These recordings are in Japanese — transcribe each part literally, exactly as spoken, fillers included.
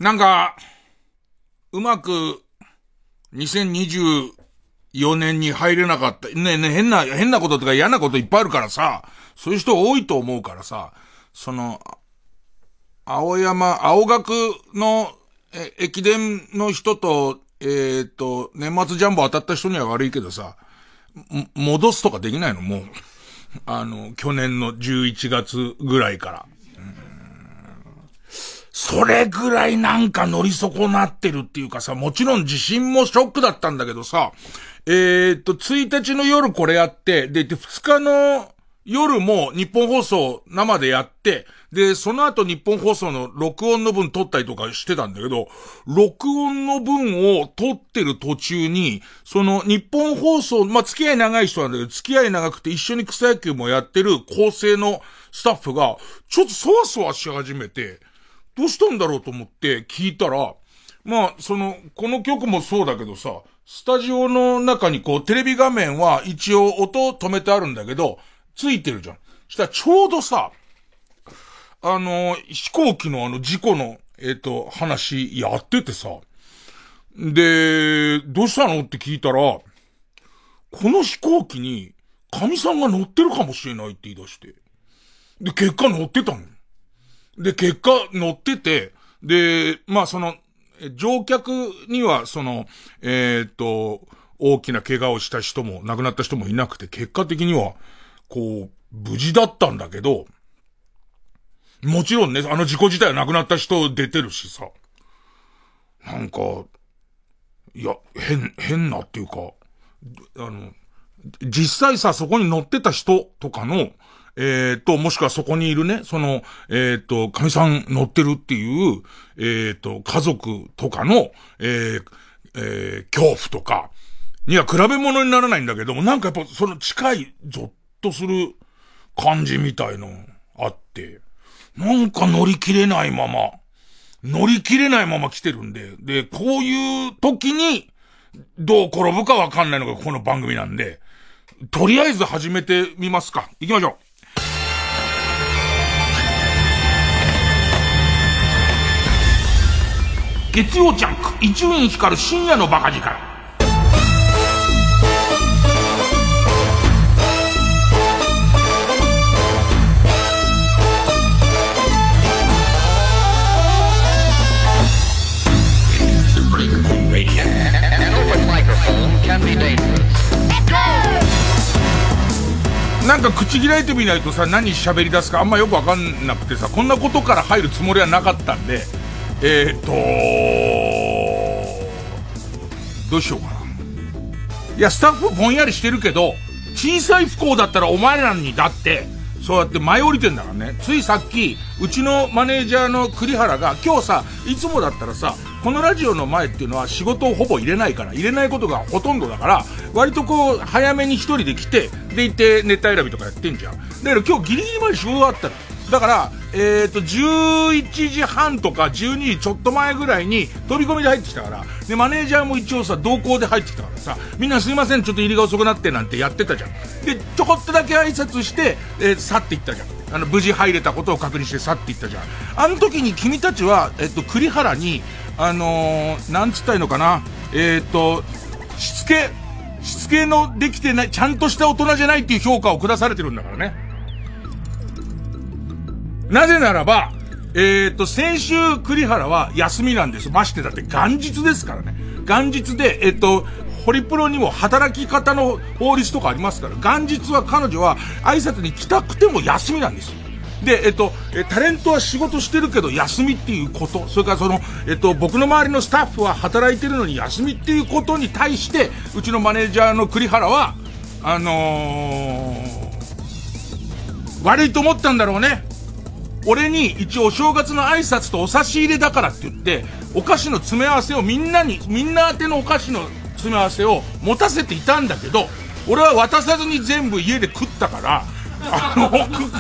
なんか、うまく、にせんにじゅうよねんに入れなかった。ねえねえ、変な、変なこととか嫌なこといっぱいあるからさ、そういう人多いと思うからさ、その、青山、青学の、え、駅伝の人と、えー、っと、年末ジャンボ当たった人には悪いけどさ、戻すとかできないのもう。あの、去年のじゅういちがつぐらいから。うーん、それぐらいなんか乗り損なってるっていうかさ、もちろん地震もショックだったんだけどさ、えー、っと、ついたちの夜これやって、で、ふつかの夜も日本放送生でやって、で、その後日本放送の録音の分撮ったりとかしてたんだけど、録音の分を撮ってる途中に、その日本放送、まあ、付き合い長い人なんだけど、付き合い長くて一緒に草野球もやってる構成のスタッフが、ちょっとそわそわし始めて、どうしたんだろうと思って聞いたら、まあ、その、この曲もそうだけどさ、スタジオの中にこう、テレビ画面は一応音止めてあるんだけど、ついてるじゃん。したらちょうどさ、あの、飛行機のあの事故の、えっと、話やっててさ。で、どうしたのって聞いたら、この飛行機に、神さんが乗ってるかもしれないって言い出して。で、結果乗ってたの。で、結果乗ってて、で、まあその、乗客にはその、えっと、大きな怪我をした人も、亡くなった人もいなくて、結果的には、こう、無事だったんだけど、もちろんね、あの事故自体は亡くなった人出てるしさ。なんか、いや、変、変なっていうか、あの、実際さ、そこに乗ってた人とかの、えーと、もしくはそこにいるね、その、えーと、神さん乗ってるっていう、えーと、家族とかの、えー、えー、恐怖とか、には比べ物にならないんだけども、なんかやっぱその近い、ゾッとする感じみたいのあって、なんか乗り切れないまま、乗り切れないまま来てるんで、で、こういう時に、どう転ぶかわかんないのがこの番組なんで、とりあえず始めてみますか。行きましょう。月曜ジャンク、伊集院光る深夜のバカ力。なんか口開いてみないとさ、何喋り出すかあんまよくわかんなくてさ、こんなことから入るつもりはなかったんで、えーっとどうしようかな。いや、スタッフぼんやりしてるけど、小さい不幸だったらお前らにだってそうやって前降りてんだからね。ついさっきうちのマネージャーの栗原が、今日さ、いつもだったらさ、このラジオの前っていうのは仕事をほぼ入れないから、入れないことがほとんどだから、割とこう早めに一人で来て、でいてネタ選びとかやってんじゃん。だから今日ギリギリまで仕事があったの。だから、えっと、じゅういちじはんとかじゅうにじちょっと前ぐらいに飛び込みで入ってきたから、で、マネージャーも一応さ、同行で入ってきたからさ、みんなすいません、ちょっと入りが遅くなってなんてやってたじゃん。で、ちょこっとだけ挨拶して、えー、去っていったじゃん。あの、無事入れたことを確認して去っていったじゃん。あの時に君たちは、えっと、栗原に、あのー、なんつったらいいのかな、えっと、しつけ、しつけのできてない、ちゃんとした大人じゃないっていう評価を下されてるんだからね。なぜならば、えっと、先週栗原は休みなんです。ましてだって元日ですからね。元日で、えっと、ホリプロにも働き方の法律とかありますから、元日は彼女は挨拶に来たくても休みなんですよ。で、えっと、タレントは仕事してるけど休みっていうこと、それからその、えっと、僕の周りのスタッフは働いてるのに休みっていうことに対して、うちのマネージャーの栗原は、あのー、悪いと思ったんだろうね。俺に一応お正月の挨拶とお差し入れだからって言って、お菓子の詰め合わせをみんなに、みんな宛てのお菓子の詰め合わせを持たせていたんだけど、俺は渡さずに全部家で食ったから、あの、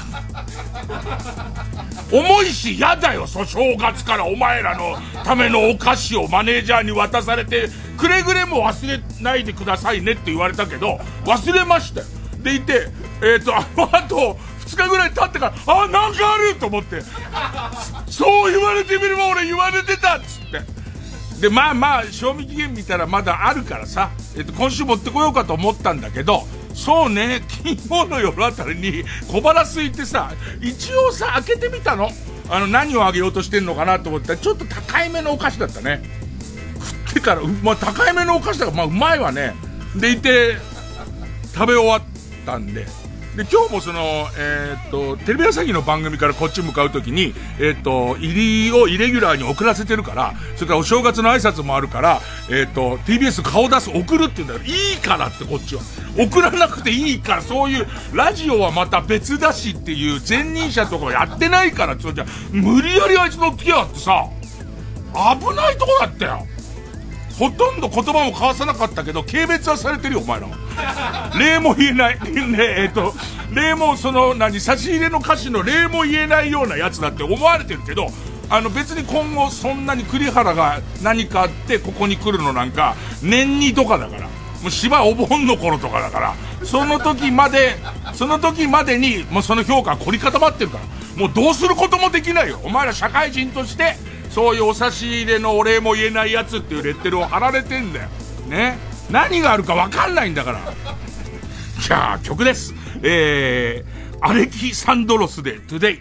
重いし嫌だよ、そ正月からお前らのためのお菓子をマネージャーに渡されて、くれぐれも忘れないでくださいねって言われたけど、忘れましたよ。でいて、えっと、あの後、ふつかぐらい経ってから、あ、なんかあると思って、 そう言われてみれば俺言われてたっつって。で、まあまあ、賞味期限見たらまだあるからさ、えっと、今週持ってこようかと思ったんだけど、そうね、金曜の夜あたりに小腹空いてさ、一応さ、開けてみたの。あの、何をあげようとしてんのかなと思ったら、ちょっと高いめのお菓子だったね。食ってから、まあ高いめのお菓子だから、まあうまいわね。でいて、食べ終わったんで、で、今日もその、えー、っと、テレビ朝日の番組からこっち向かうときに、えー、っと、入りをイレギュラーに送らせてるから、それからお正月の挨拶もあるから、えー、っと、ティービーエス 顔出す、送るって言うんだよ。いいからってこっちは。送らなくていいから、そういう、ラジオはまた別だしっていう前任者とかやってないからって言うんじゃ、無理やりあいつ乗ってきやがってさ、危ないとこだったよ。ほとんど言葉も交わさなかったけど、軽蔑はされてるよ、お前らは。礼も言えない。ねえ、えっと、礼もその、何、差し入れの歌詞の礼も言えないようなやつだって思われてるけど、あの別に今後そんなに栗原が何かあってここに来るのなんか、年にとかだから。もう芝お盆の頃とかだから、その時まで、その時までに、もうその評価は凝り固まってるから、もうどうすることもできないよ。お前ら社会人として、そういうお差し入れのお礼も言えないやつっていうレッテルを貼られてんだよ。ね。何があるか分かんないんだから。じゃあ曲です。えー、アレキサンドロスで Today。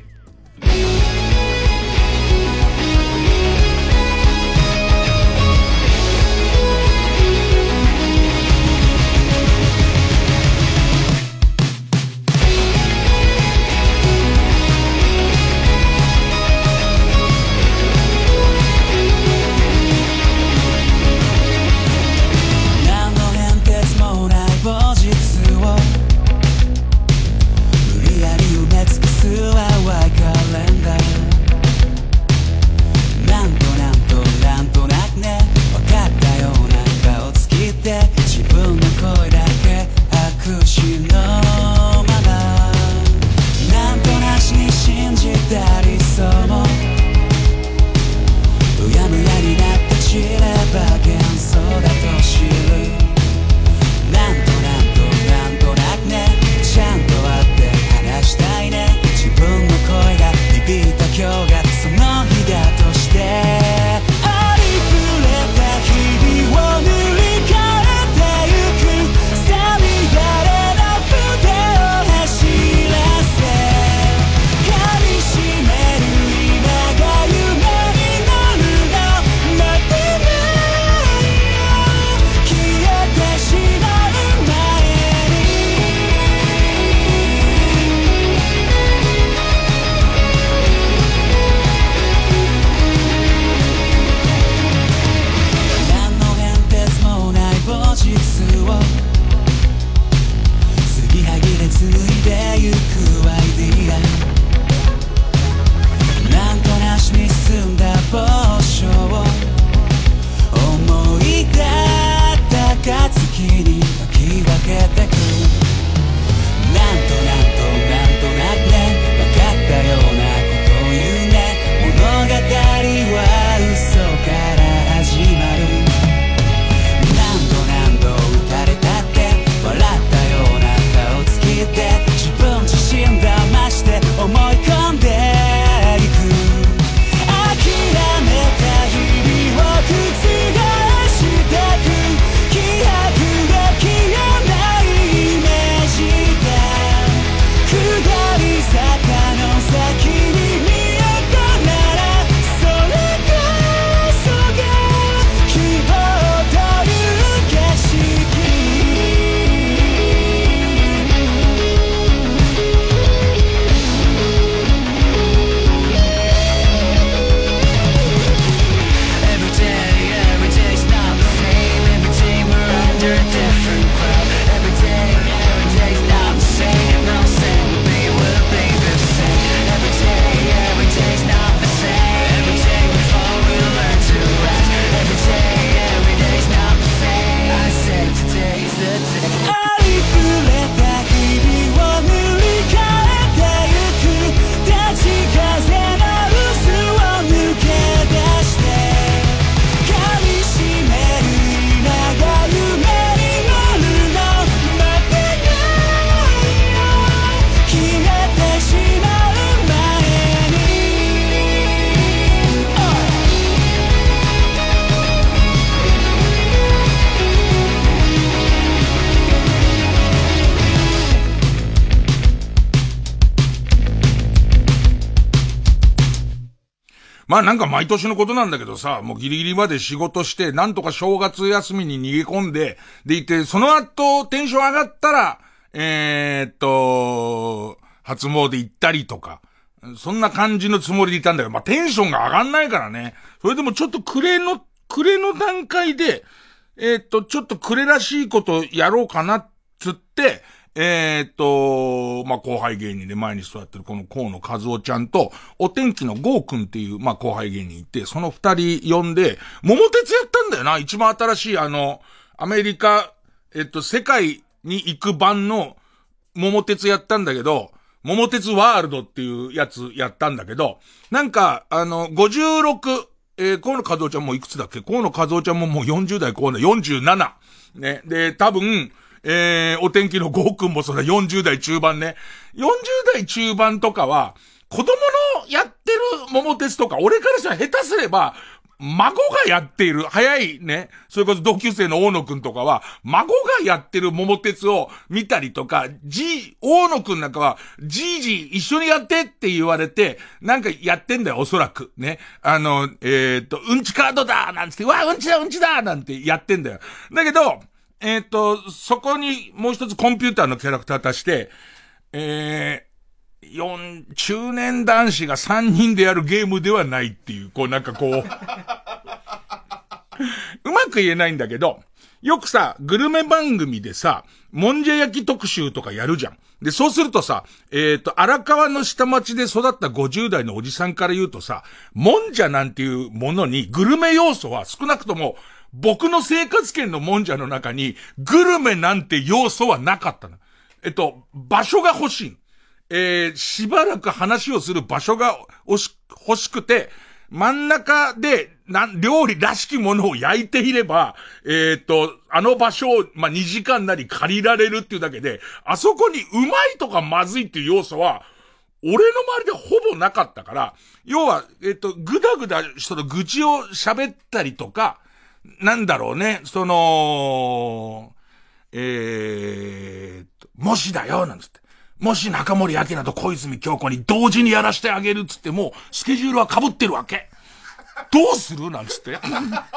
気まあなんか毎年のことなんだけどさ、もうギリギリまで仕事して、なんとか正月休みに逃げ込んで、でいて、その後テンション上がったら、えー、っと、初詣行ったりとか、そんな感じのつもりでいたんだけど、まあテンションが上がんないからね。それでもちょっと暮れの、暮れの段階で、えー、っと、ちょっと暮れらしいことやろうかなっつって、えー、っと、まあ、後輩芸人で前に座ってるこの河野和夫ちゃんと、お天気のゴーくんっていう、まあ、後輩芸人いて、その二人呼んで、桃鉄やったんだよな。一番新しいあの、アメリカ、えっと、世界に行く版の桃鉄やったんだけど、桃鉄ワールドっていうやつやったんだけど、なんか、あの、ごじゅうろく、えー、河野和夫ちゃんもいくつだっけ？河野和夫ちゃんももうよんじゅう代後半だ、よんじゅうなな。ね。で、多分、えー、お天気のゴーくんもそれよんじゅう代中盤ね。よんじゅう代中盤とかは、子供のやってる桃鉄とか、俺からしたら下手すれば、孫がやっている、早いね、それこそ同級生の大野くんとかは、孫がやってる桃鉄を見たりとか、じ、大野くんなんかは、じいじ一緒にやってって言われて、なんかやってんだよ、おそらく。ね。あの、えー、っと、うんちカードだなんつって、わあ、うんちだ、うんちだなんてやってんだよ。だけど、えー、っと、そこにもう一つコンピューターのキャラクター足して、えー、四、中年男子が三人でやるゲームではないっていう、こうなんかこう、うまく言えないんだけど、よくさ、グルメ番組でさ、もんじゃ焼き特集とかやるじゃん。で、そうするとさ、えっと、荒川の下町で育ったごじゅう代のおじさんから言うとさ、もんじゃなんていうものにグルメ要素は少なくとも、僕の生活圏のもんじゃの中に、グルメなんて要素はなかったの。えっと、場所が欲しい。えー、しばらく話をする場所が欲し、欲しくて、真ん中で、な、料理らしきものを焼いていれば、えっと、あの場所を、まあ、にじかんなり借りられるっていうだけで、あそこにうまいとかまずいっていう要素は、俺の周りでほぼなかったから、要は、えっと、ぐだぐだ、その愚痴を喋ったりとか、なんだろうね、その、えー、もしだよ、なんつって。もし中森明菜と小泉京子に同時にやらしてあげるっつっても、スケジュールは被ってるわけ。どうするなんつって。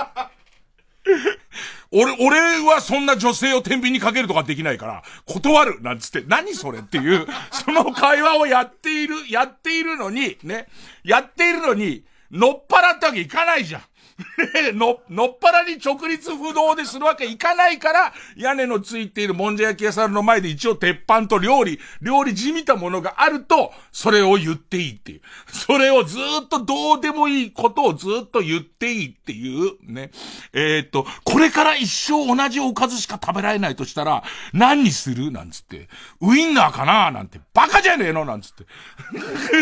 俺、俺はそんな女性を天秤にかけるとかできないから、断るなんつって、何それっていう、その会話をやっている、やっているのに、ね、やっているのに、乗っ払ったわけいかないじゃん。の、のっぱらに直立不動でするわけいかないから、屋根のついているもんじゃ焼き屋さんの前で一応鉄板と料理、料理じみたものがあると、それを言っていいっていう。それをずーっとどうでもいいことをずーっと言っていいっていう、ね。えー、っと、これから一生同じおかずしか食べられないとしたら、何にするなんつって。ウインナーかななんて。バカじゃねえのなんつって。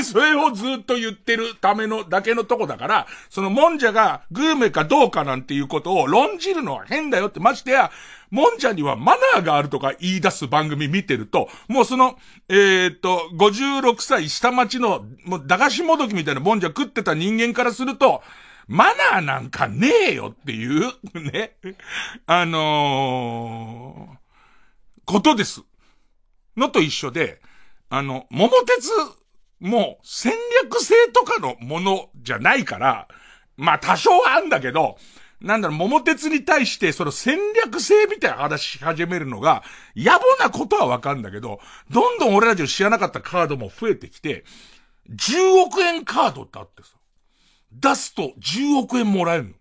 それをずーっと言ってるための、だけのとこだから、そのもんじゃが、グルメかどうかなんていうことを論じるのは変だよって、ましてや、もんじゃにはマナーがあるとか言い出す番組見てると、もうその、えー、っと、ごじゅうろくさい下町の、もう駄菓子もどきみたいなもんじゃ食ってた人間からすると、マナーなんかねえよっていう、ね、あのー、ことです。のと一緒で、あの、桃鉄も戦略性とかのものじゃないから、まあ多少はあんだけど、なんだろう、桃鉄に対してその戦略性みたいな話し始めるのが、野暮なことはわかんだけど、どんどん俺らじゃ知らなかったカードも増えてきて、じゅうおくえんカードってあってさ、出すとじゅうおくえんもらえるの。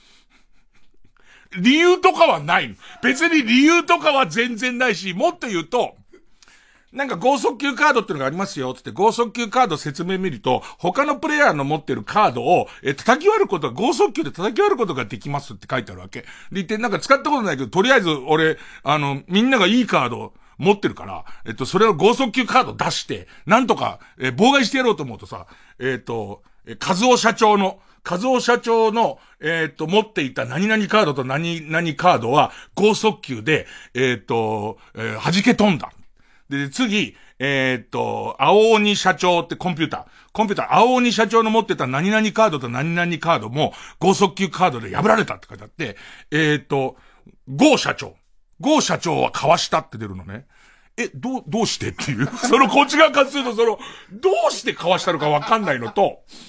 理由とかはないの。別に理由とかは全然ないし、もっと言うと、なんか剛速球カードってのがありますよ、つって剛速球カード説明見ると、他のプレイヤーの持ってるカードを、え、叩き割ることが、剛速球で叩き割ることができますって書いてあるわけ。で、ってなんか使ったことないけど、とりあえず俺、あの、みんながいいカード持ってるから、えっと、それを剛速球カード出して、なんとか、え、妨害してやろうと思うとさ、えっと、え、和夫社長の、和夫社長の、えっと、持っていた何々カードと何々カードは、剛速球で、えっと、えー、弾け飛んだ。で、次、えー、っと、青鬼社長ってコンピューター。コンピューター、青鬼社長の持ってた何々カードと何々カードも、剛速球カードで破られたって書いてあって、えー、っと、ゴー社長。ゴー社長はかわしたって出るのね。え、どう、どうしてっていう。そのこっち側からすると、その、どうしてかわしたのかわかんないのと、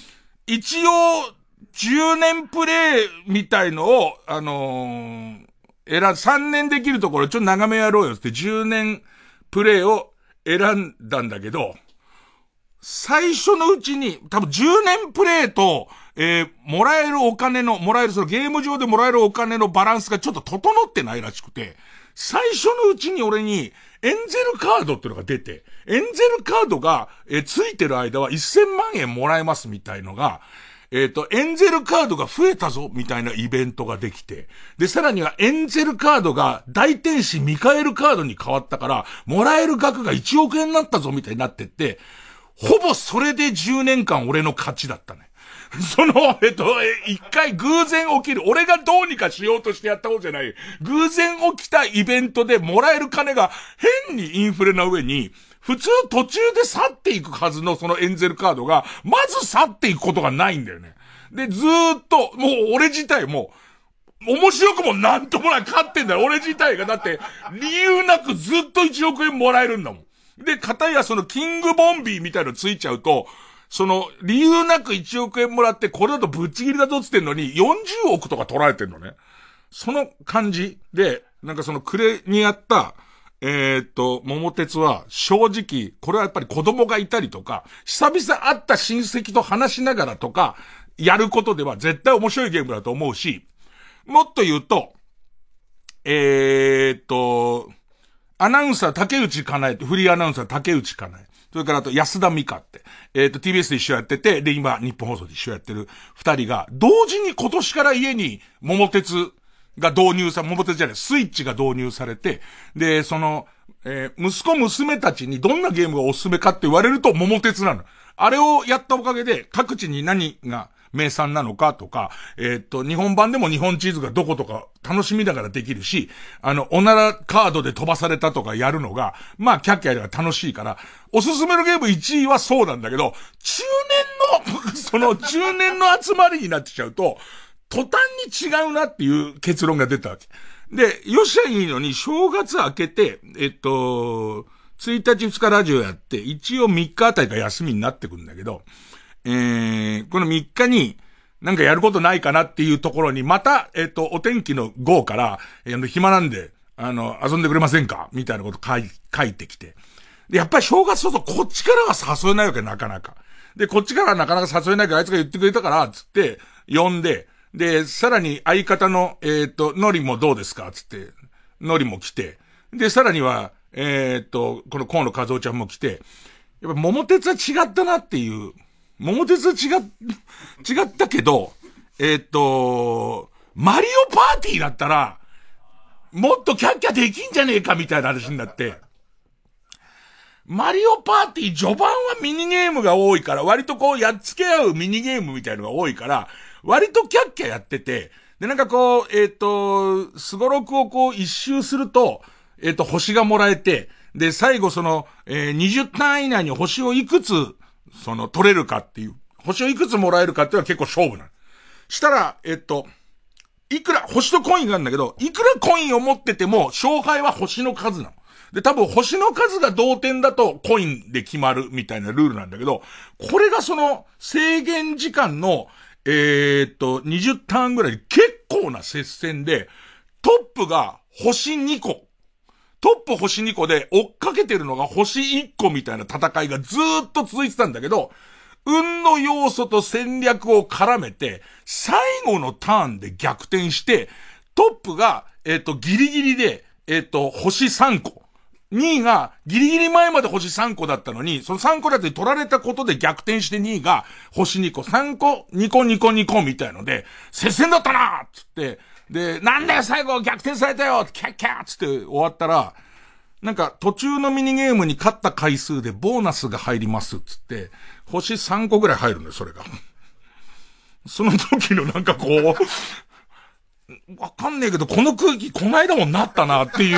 一応、じゅうねんプレイみたいのを、あのー、選ん、さんねんできるところちょっと長めやろうよってじゅうねんプレイを選んだんだけど、最初のうちに、多分じゅうねんプレイと、えー、もらえるお金の、もらえる、そのゲーム上でもらえるお金のバランスがちょっと整ってないらしくて、最初のうちに俺に、エンゼルカードっていうのが出て、エンゼルカードが、えー、ついてる間はせんまんえんもらえますみたいのが、えっと、エンゼルカードが増えたぞみたいなイベントができて、で、さらにはエンゼルカードが大天使ミカエルカードに変わったから、もらえる額がいちおくえんになったぞみたいになってって、ほぼそれでじゅうねんかん俺の勝ちだったね。その、えっと、一回偶然起きる。俺がどうにかしようとしてやった方じゃない。偶然起きたイベントでもらえる金が変にインフレな上に、普通途中で去っていくはずのそのエンゼルカードが、まず去っていくことがないんだよね。で、ずーっと、もう俺自体も、面白くもなんともない勝ってんだよ。俺自体が。だって、理由なくずっといちおくえんもらえるんだもん。で、片やそのキングボンビーみたいのついちゃうと、その、理由なくいちおくえんもらって、これだとぶっちぎりだとつってんのに、よんじゅうおくとか取られてんのね。その感じで、なんかその暮れにやった、えー、っと、桃鉄は、正直、これはやっぱり子供がいたりとか、久々会った親戚と話しながらとか、やることでは絶対面白いゲームだと思うし、もっと言うと、えー、っと、アナウンサー竹内かなえって、フリーアナウンサー竹内かなえ。それからあと安田美香って、えっと ティービーエス で一緒やってて、で今日本放送で一緒やってる二人が、同時に今年から家に桃鉄が導入さ、桃鉄じゃない、スイッチが導入されて、で、その、えー、息子娘たちにどんなゲームがおすすめかって言われると桃鉄なの。あれをやったおかげで、各地に何が名産なのかとか、えー、っと、日本版でも日本地図がどことか楽しみながらできるし、あの、おならカードで飛ばされたとかやるのが、まあ、キャッキャでは楽しいから、おすすめのゲームいちいはそうなんだけど、中年の、その中年の集まりになってきちゃうと、途端に違うなっていう結論が出たわけ。で、よっしゃいいのに、正月明けて、えっと、ついたちふつかラジオやって、一応みっかあたりが休みになってくんだけど、えー、このみっかに、なんかやることないかなっていうところに、また、えっと、お天気の号から、えー、暇なんで、あの、遊んでくれませんかみたいなこと書い、書いてきて。で、やっぱり正月そうそう、こっちからは誘えないわけ、なかなか。で、こっちからはなかなか誘えないけど、あいつが言ってくれたから、つって、呼んで、で、さらに相方の、えっと、ノリもどうですかつって、ノリも来て、で、さらには、えっと、この河野和夫ちゃんも来て、やっぱ桃鉄は違ったなっていう、桃鉄は違っ、違ったけど、えっと、マリオパーティーだったら、もっとキャッキャできんじゃねえかみたいな話になって、マリオパーティー序盤はミニゲームが多いから、割とこうやっつけ合うミニゲームみたいのが多いから、割とキャッキャやってて、で、なんかこう、えっと、スゴロクをこう一周すると、えっと、星がもらえて、で、最後その、えー、にじゅうターン以内に星をいくつ、その、取れるかっていう、星をいくつもらえるかっていうのは結構勝負なの。したら、えっと、いくら、星とコインがあるんだけど、いくらコインを持ってても、勝敗は星の数なの。で、多分星の数が同点だとコインで決まるみたいなルールなんだけど、これがその制限時間の、えー、っと、にじゅうターンぐらい結構な接戦で、トップが星にこ。トップ星にこで追っかけてるのが星いっこみたいな戦いがずーっと続いてたんだけど、運の要素と戦略を絡めて、最後のターンで逆転して、トップが、えっと、ギリギリで、えっと、星さんこ。にいが、ギリギリ前まで星さんこだったのに、そのさんこだけ取られたことで逆転してにいが星にこ、さんこ、にこにこにこみたいので、接戦だったなーっつって、で、なんだよ最後逆転されたよキャッキャーっつって終わったら、なんか途中のミニゲームに勝った回数でボーナスが入りますっつって、星さんこぐらい入るんだよ、それが。その時のなんかこう、わかんねえけど、この空気こないだもんなったなっていう。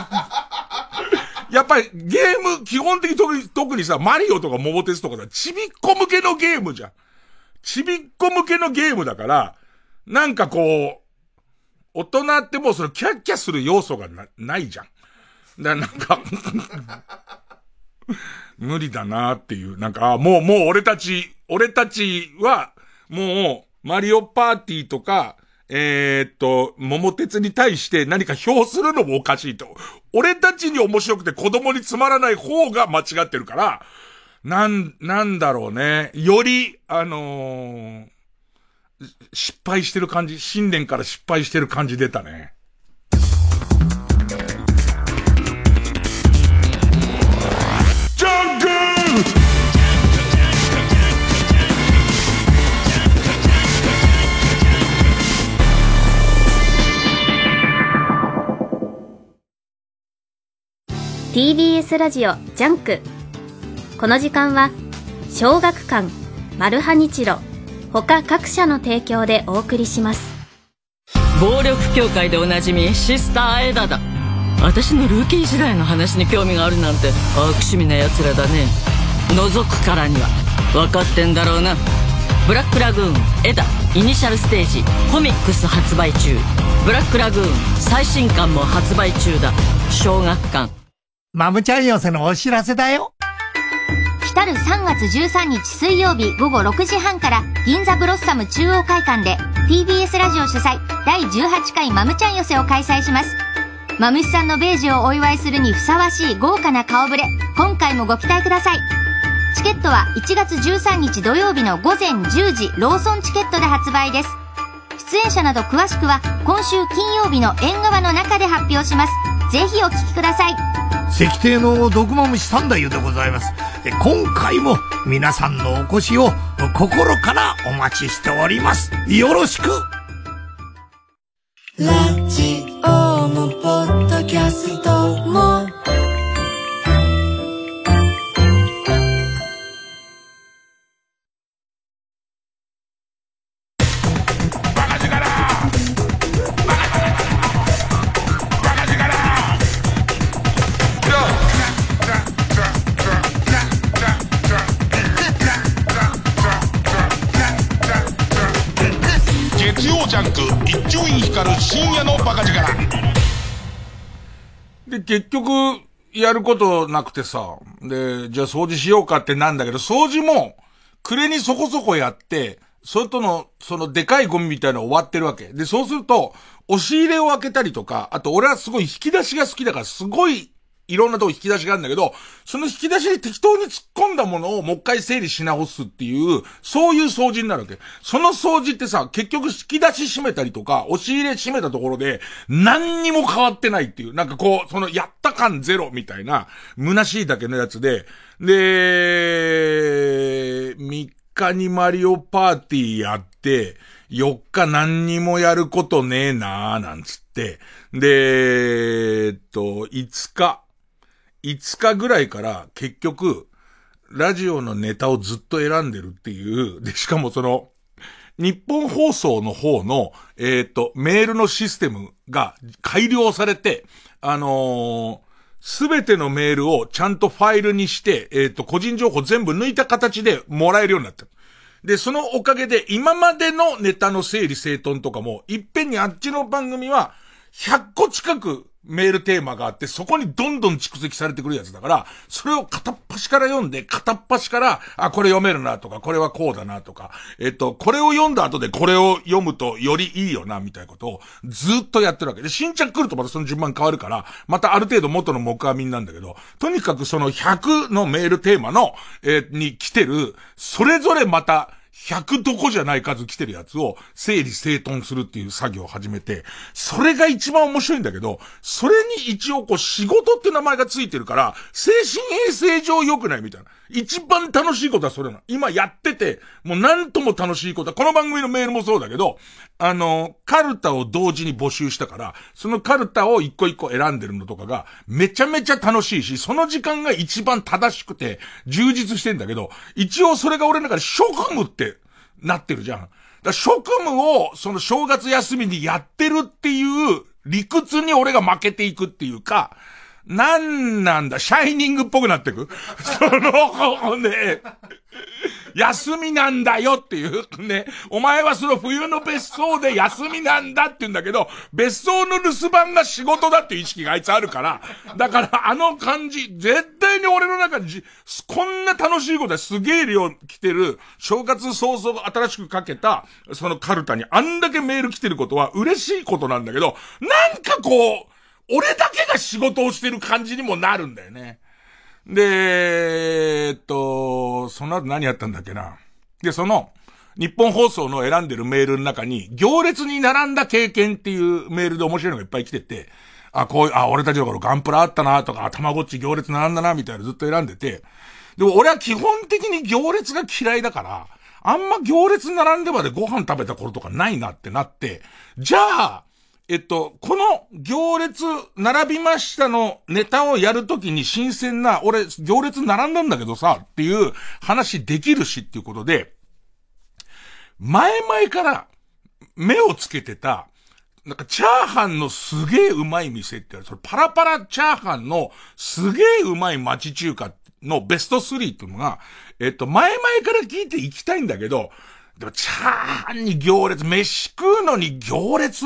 やっぱりゲーム、基本的に特に、特にさ、マリオとか桃鉄とかさ、ちびっこ向けのゲームじゃん。ちびっこ向けのゲームだから、なんかこう、大人ってもうそのキャッキャする要素がな、ないじゃん。だからなんか、 無理だなっていう。なんか、あ、もう、もう俺たち、俺たちは、もう、マリオパーティーとか、えー、っと、桃鉄に対して何か評するのもおかしいと。俺たちに面白くて子供につまらない方が間違ってるから、なん、なんだろうね。より、あのー、失敗してる感じ、新年から失敗してる感じ出たね。ジャンクティービーエス ラジオジャンク。この時間は小学館、マルハニチロ他各社の提供でお送りします。 暴力協会でおなじみシスターエダだ。私のルーキー時代の話に興味があるなんて悪趣味な奴らだね。覗くからには分かってんだろうな。ブラックラグーンエダイニシャルステージコミックス発売中。ブラックラグーン最新刊も発売中だ。小学館。 マムちゃん寄せのお知らせだよ。 来るさんがつじゅうさんにち水曜日午後ろくじはんから銀座ブロッサム中央会館で ティービーエス ラジオ主催だいじゅうはちかいマムちゃん寄せを開催します。マムシさんの米寿をお祝いするにふさわしい豪華な顔ぶれ、今回もご期待ください。チケットはいちがつじゅうさんにち土曜日のごぜんじゅうじローソンチケットで発売です。出演者など詳しくは今週金曜日の縁側の中で発表します。ぜひお聞きください。 石亭の毒マムシ三太夫でございます。今回も皆さんのお越しを心からお待ちしております。よろしく。 ラジオもポッドキャストも深夜のバカ力で、結局やることなくてさ、でじゃあ掃除しようかってなんだけど、掃除も暮れにそこそこやって、それとのそのでかいゴミみたいなの終わってるわけで、そうすると押し入れを開けたりとか、あと俺はすごい引き出しが好きだからすごいいろんなとこ引き出しがあるんだけど、その引き出しに適当に突っ込んだものをもう一回整理し直すっていう、そういう掃除になるわけ。その掃除ってさ、結局引き出し閉めたりとか、押し入れ閉めたところで、何にも変わってないっていう、なんかこう、そのやった感ゼロみたいな、虚しいだけのやつで、で、みっかにマリオパーティーやって、よっか何にもやることねえなーなんつって、で、えっと、いつか、いつかぐらいから結局、ラジオのネタをずっと選んでるっていう、で、しかもその、日本放送の方の、えっと、メールのシステムが改良されて、あのすべてのメールをちゃんとファイルにして、えっと、個人情報全部抜いた形でもらえるようになった。で、そのおかげで今までのネタの整理整頓とかも、いっぺんにあっちの番組はひゃっこ近くメールテーマがあって、そこにどんどん蓄積されてくるやつだから、それを片っ端から読んで、片っ端から、あ、これ読めるなとか、これはこうだなとか、えっと、これを読んだ後でこれを読むとよりいいよな、みたいなことをずっとやってるわけで、新着来るとまたその順番変わるから、またある程度元の木阿弥なんだけど、とにかくそのひゃくのメールテーマの、えー、に来てる、それぞれまた、ひゃくどこじゃない数来てるやつを整理整頓するっていう作業を始めて、それが一番面白いんだけど、それに一応こう仕事って名前がついてるから、精神衛生上良くないみたいな。一番楽しいことはそれなの。今やってて、もうなんとも楽しいことは、この番組のメールもそうだけど、あの、カルタを同時に募集したから、そのカルタを一個一個選んでるのとかが、めちゃめちゃ楽しいし、その時間が一番正しくて、充実してんだけど、一応それが俺の中で職務ってなってるじゃん。だから職務を、その正月休みにやってるっていう理屈に俺が負けていくっていうか、なんなんだ、シャイニングっぽくなってくその、ね、 休みなんだよっていう。ね。お前はその冬の別荘で休みなんだって言うんだけど、別荘の留守番が仕事だっていう意識があいつあるから、だからあの感じ、絶対に俺の中に、こんな楽しいことはすげえ量来てる、正月早々新しくかけた、そのカルタにあんだけメール来てることは嬉しいことなんだけど、なんかこう、俺だけが仕事をしてる感じにもなるんだよね。で、えっと、その後何やったんだっけな。で、その、日本放送の選んでるメールの中に、行列に並んだ経験っていうメールで面白いのがいっぱい来てて、あ、こういう、あ、俺たちの頃ガンプラあったなとか、たまごっち行列並んだなみたいなずっと選んでて、でも俺は基本的に行列が嫌いだから、あんま行列並んでまでご飯食べた頃とかないなってなって、じゃあ、えっと、この行列並びましたのネタをやるときに新鮮な、俺行列並んだんだけどさ、っていう話できるしっていうことで、前々から目をつけてた、なんかチャーハンのすげえうまい店ってある、それパラパラチャーハンのすげえうまい町中華のベストスリーっていうのが、えっと、前々から聞いて行きたいんだけど、でもチャーハンに行列、飯食うのに行列って、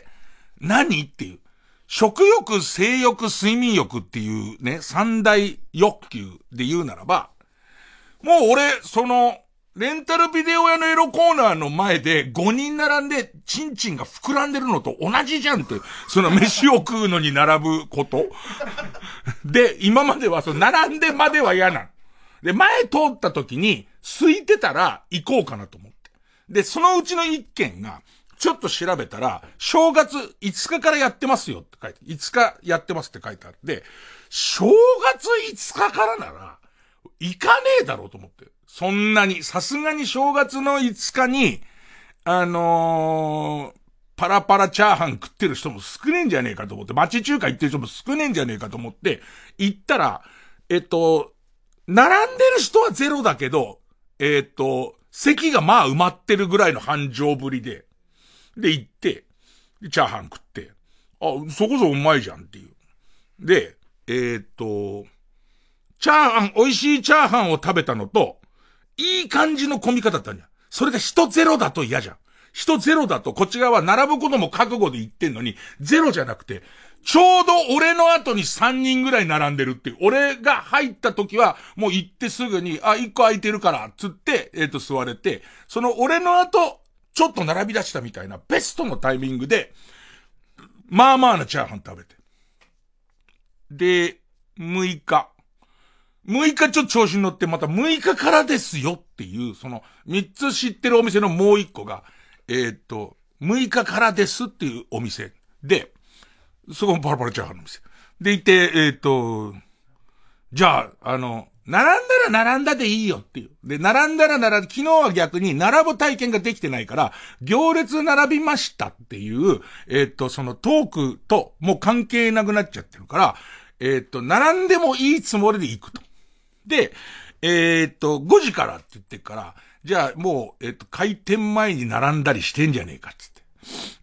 何っていう。食欲、性欲、睡眠欲っていうね、三大欲求で言うならば、もう俺、その、レンタルビデオ屋のエロコーナーの前でごにん並んでチンチンが膨らんでるのと同じじゃんって、その飯を食うのに並ぶことで、今まではその並んでまでは嫌なの。で、前通った時に空いてたら行こうかなと思って。で、そのうちの一件が、ちょっと調べたら、正月いつかからやってますよって書いて、いつかやってますって書いてあって、正月いつかからなら、行かねえだろうと思って。そんなに、さすがに正月のいつかに、あのー、パラパラチャーハン食ってる人も少ねえんじゃねえかと思って、町中華行ってる人も少ねえんじゃねえかと思って、行ったら、えっと、並んでる人はゼロだけど、えっと、席がまあ埋まってるぐらいの繁盛ぶりで、で、行って、チャーハン食って、あ、そこそこうまいじゃんっていう。で、えー、っと、チャーハン、美味しいチャーハンを食べたのと、いい感じの混み方だったんじゃん。それが人ゼロだと嫌じゃん。人ゼロだと、こっち側は並ぶことも覚悟で言ってんのに、ゼロじゃなくて、ちょうど俺の後にさんにんぐらい並んでるっていう。俺が入った時は、もう行ってすぐに、あ、いっこ空いてるから、つって、えー、っと、座れて、その俺の後、ちょっと並び出したみたいなベストのタイミングで、まあまあなチャーハン食べて。で、むいか。むいかちょっと調子に乗ってまたむいかからですよっていう、そのみっつ知ってるお店のもういっこが、えー、っと、むいかからですっていうお店で、そこもパラパラチャーハンの店。でいて、えー、っと、じゃあ、あの、並んだら並んだでいいよっていう。で、並んだら並んだ、昨日は逆に並ぶ体験ができてないから、行列並びましたっていう、えー、っと、そのトークともう関係なくなっちゃってるから、えー、っと、並んでもいいつもりで行くと。で、えー、っと、ごじからって言ってから、じゃあもう、えー、っと、開店前に並んだりしてんじゃねえかっつって。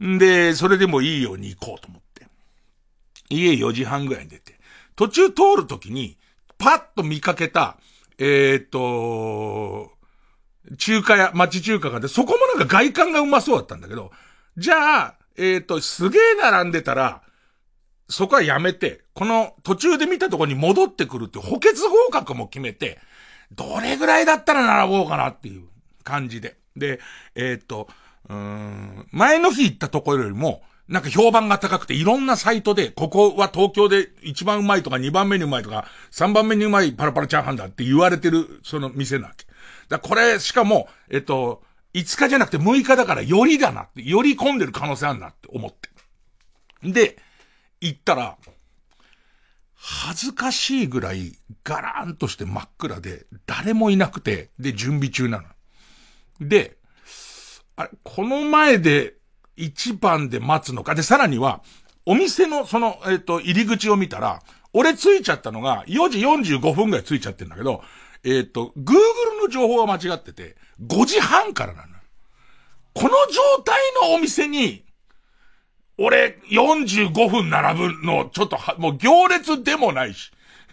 んで、それでもいいように行こうと思って。家よじはんぐらいに出て。途中通るときに、パッと見かけた、えー、っと、中華屋、町中華がで、そこもなんか外観がうまそうだったんだけど、じゃあ、えー、っと、すげえ並んでたら、そこはやめて、この途中で見たところに戻ってくるって補欠合格も決めて、どれぐらいだったら並ぼうかなっていう感じで。で、えー、っと、うーん、前の日行ったところよりも、なんか評判が高くていろんなサイトで、ここは東京で一番うまいとかにばんめにうまいとか、さんばんめにうまいパラパラチャーハンだって言われてる、その店なわけ。だこれ、しかも、えっと、いつかじゃなくてむいかだからよりだなって、より混んでる可能性あるなって思って。で、行ったら、恥ずかしいぐらいガラーンとして真っ暗で、誰もいなくて、で、準備中なの。で、あれ、この前で、一番で待つのか。で、さらには、お店のその、えっと、入り口を見たら、俺着いちゃったのが、よじよんじゅうごふんぐらい着いちゃってんだけど、えっと、Google の情報が間違ってて、ごじはんからなの。この状態のお店に、俺、よんじゅうごふん並ぶの、ちょっとは、もう行列でもないし、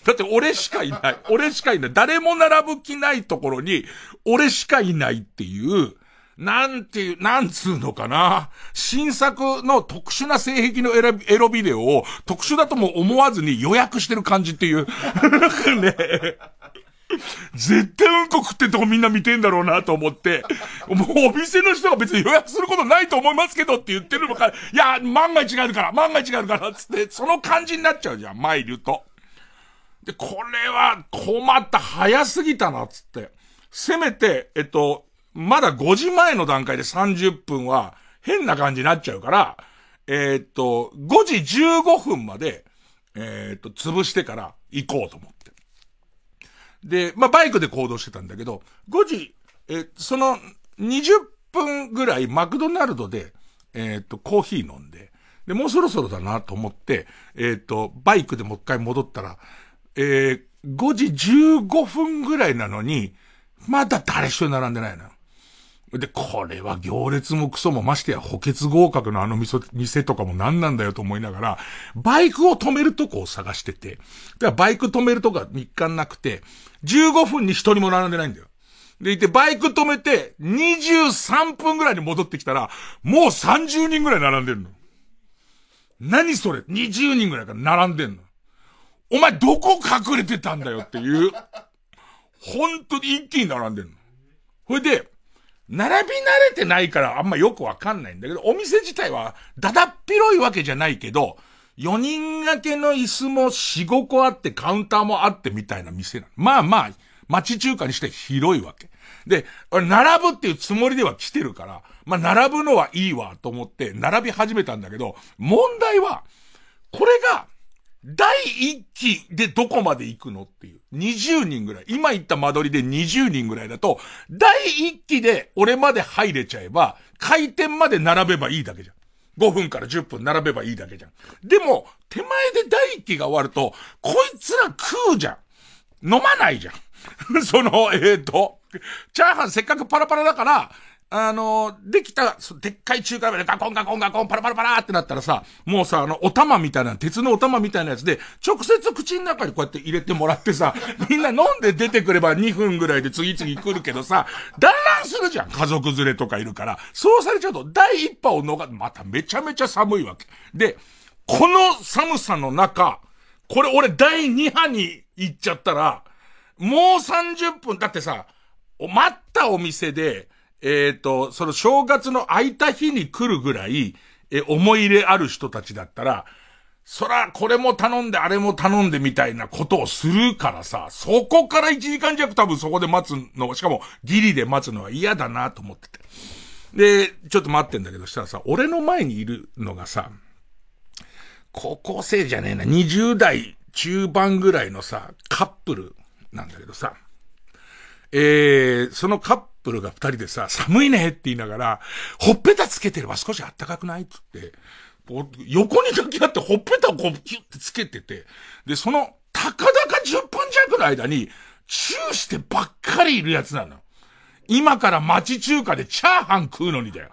だって俺しかいない。俺しかいない。誰も並ぶ気ないところに、俺しかいないっていう、なんていう、なんつうのかな。新作の特殊な性癖のエロ、エロビデオを特殊だとも思わずに予約してる感じっていう。ね。絶対うんこ食ってんとこみんな見てんだろうなと思って、もうお店の人が別に予約することないと思いますけどって言ってるのから、いや、万が一があるから、万が一があるからつって、その感じになっちゃうじゃん、参ると。で、これは困った、早すぎたな、つって。せめて、えっと、まだごじまえの段階でさんじゅっぷんは変な感じになっちゃうから、えー、っと、ごじじゅうごふんまで、えー、っと、潰してから行こうと思って。で、まあ、バイクで行動してたんだけど、ごじ、え、そのにじゅっぷんぐらいマクドナルドで、えー、っと、コーヒー飲んで、で、もうそろそろだなと思って、えー、っと、バイクでもう一回戻ったら、えー、ごじじゅうごふんぐらいなのに、まだ誰一人並んでないの。で、これは行列もクソもましてや補欠合格のあの店、店とかも何なんだよと思いながら、バイクを止めるとこを探してて、で、バイク止めるとこがみっかなくて、じゅうごふんに一人も並んでないんだよ。でいて、バイク止めて、にじゅうさんぷんぐらいに戻ってきたら、もうさんじゅうにんぐらい並んでるの。何それ ?にじゅうにんぐらいから並んでんの。お前どこ隠れてたんだよっていう、本当に一気に並んでんの。それで、並び慣れてないからあんまよくわかんないんだけど、お店自体はだだっ広いわけじゃないけど、よにん掛けの椅子もよん、ごこあってカウンターもあってみたいな店なの。まあまあ、町中華にして広いわけ。で、俺並ぶっていうつもりでは来てるから、まあ並ぶのはいいわと思って並び始めたんだけど、問題は、これが、第一期でどこまで行くのっていう。にじゅうにんぐらい。今言った間取りでにじゅうにんぐらいだと、第一期で俺まで入れちゃえば、開店まで並べばいいだけじゃん。ごふんからじゅっぷん並べばいいだけじゃん。でも、手前で第一期が終わると、こいつら食うじゃん。飲まないじゃん。その、えーと、チャーハンせっかくパラパラだから、あの、できた、でっかい中華鍋でガコンガコンガコンパラパラパラってなったらさ、もうさ、あの、お玉みたいな、鉄のお玉みたいなやつで、直接口の中にこうやって入れてもらってさ、みんな飲んで出てくればにふんぐらいで次々来るけどさ、団らんするじゃん。家族連れとかいるから。そうされちゃうと、第一波を逃、まためちゃめちゃ寒いわけ。で、この寒さの中、これ俺第二波に行っちゃったら、もうさんじゅっぷん、だってさ、待ったお店で、えっと、その正月の空いた日に来るぐらい、え、思い入れある人たちだったら、そら、これも頼んで、あれも頼んでみたいなことをするからさ、そこからいちじかん弱多分そこで待つの、しかもギリで待つのは嫌だなと思ってて。で、ちょっと待ってんだけど、したらさ、俺の前にいるのがさ、高校生じゃねえな、にじゅう代中盤ぐらいのさ、カップルなんだけどさ、えー、そのカップルが二人でさ、寒いねって言いながら、ほっぺたつけてれば少し暖かくないって言って、横に抱き合ってほっぺたをこうキュッてつけてて、で、その、たかだかじゅっぷん弱の間に、チューしてばっかりいるやつなの。今から町中華でチャーハン食うのにだよ。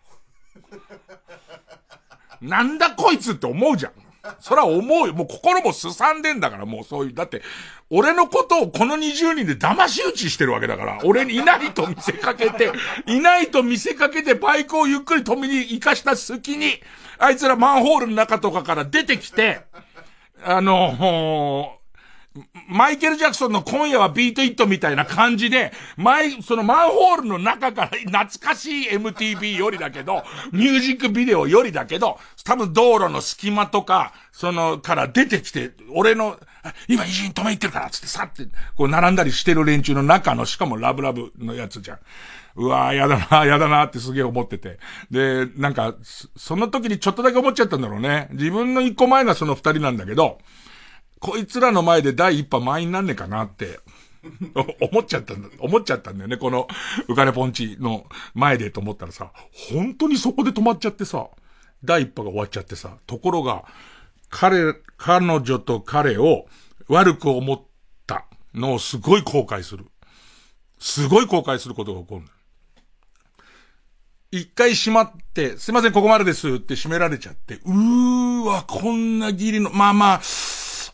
なんだこいつって思うじゃん。そら思うよ。もう心もすさんでんだから、もうそういう。だって、俺のことをこのにじゅうにんで騙し討ちしてるわけだから、俺にいないと見せかけて、いないと見せかけてバイクをゆっくり止めに行かした隙に、あいつらマンホールの中とかから出てきて、あの、マイケル・ジャクソンの今夜はビートイットみたいな感じで、前、そのマンホールの中から懐かしい エムティービー よりだけど、ミュージックビデオよりだけど、多分道路の隙間とか、その、から出てきて、俺の、今、偉人止め行ってるから、つってさって、こう並んだりしてる連中の中の、しかもラブラブのやつじゃん。うわー、やだな、やだなってすげえ思ってて。で、なんか、その時にちょっとだけ思っちゃったんだろうね。自分の一個前がその二人なんだけど、こいつらの前で第一波満員なんねえかなって思っちゃったんだ、思っちゃったんだよね。この浮かれポンチの前でと思ったらさ、本当にそこで止まっちゃってさ、第一波が終わっちゃってさ、ところが、彼、彼女と彼を悪く思ったのをすごい後悔する。すごい後悔することが起こるんだよ。一回閉まって、すいません、ここまでですって閉められちゃって、うーわ、こんなギリの、まあまあ、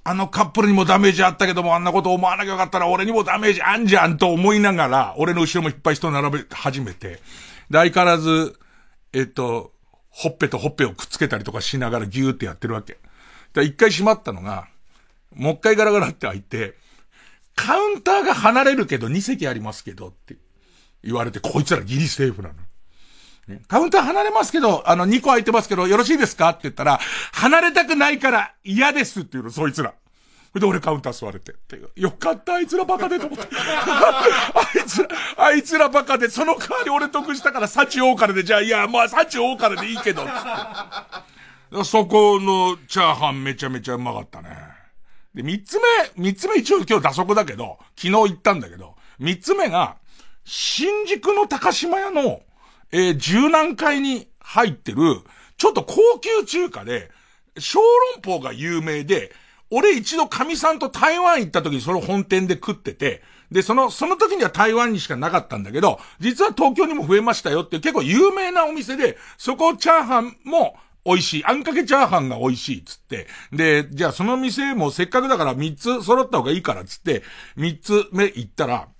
あのカップルにもダメージあったけども、あんなこと思わなきゃよかったら俺にもダメージあんじゃんと思いながら、俺の後ろもいっぱい人並べ始めて、で、相変わらず、えっと、ほっぺとほっぺをくっつけたりとかしながらギューってやってるわけ。で、一回閉まったのが、もう一回ガラガラって開いて、カウンターが離れるけどに席ありますけどって言われて、こいつらギリセーフなの。ね、カウンター離れますけど、あのにこ空いてますけどよろしいですかって言ったら、離れたくないから嫌ですって言うの、そいつら。で、俺カウンター座れて。よかった、あいつらバカでと思って。あいつら、あいつらバカで、その代わり俺得したから幸多かれで、じゃあ、いや、まあ幸多かれでいいけど。そこのチャーハンめちゃめちゃうまかったね。で、三つ目、三つ目一応今日打足だけど、昨日行ったんだけど、三つ目が、新宿の高島屋の、えー、十何階に入ってる、ちょっと高級中華で、小籠包が有名で、俺一度神さんと台湾行った時にその本店で食ってて、で、その、その時には台湾にしかなかったんだけど、実は東京にも増えましたよっていう結構有名なお店で、そこチャーハンも美味しい。あんかけチャーハンが美味しいっつって。で、じゃあその店もせっかくだから三つ揃った方がいいからっつって、三つ目行ったら、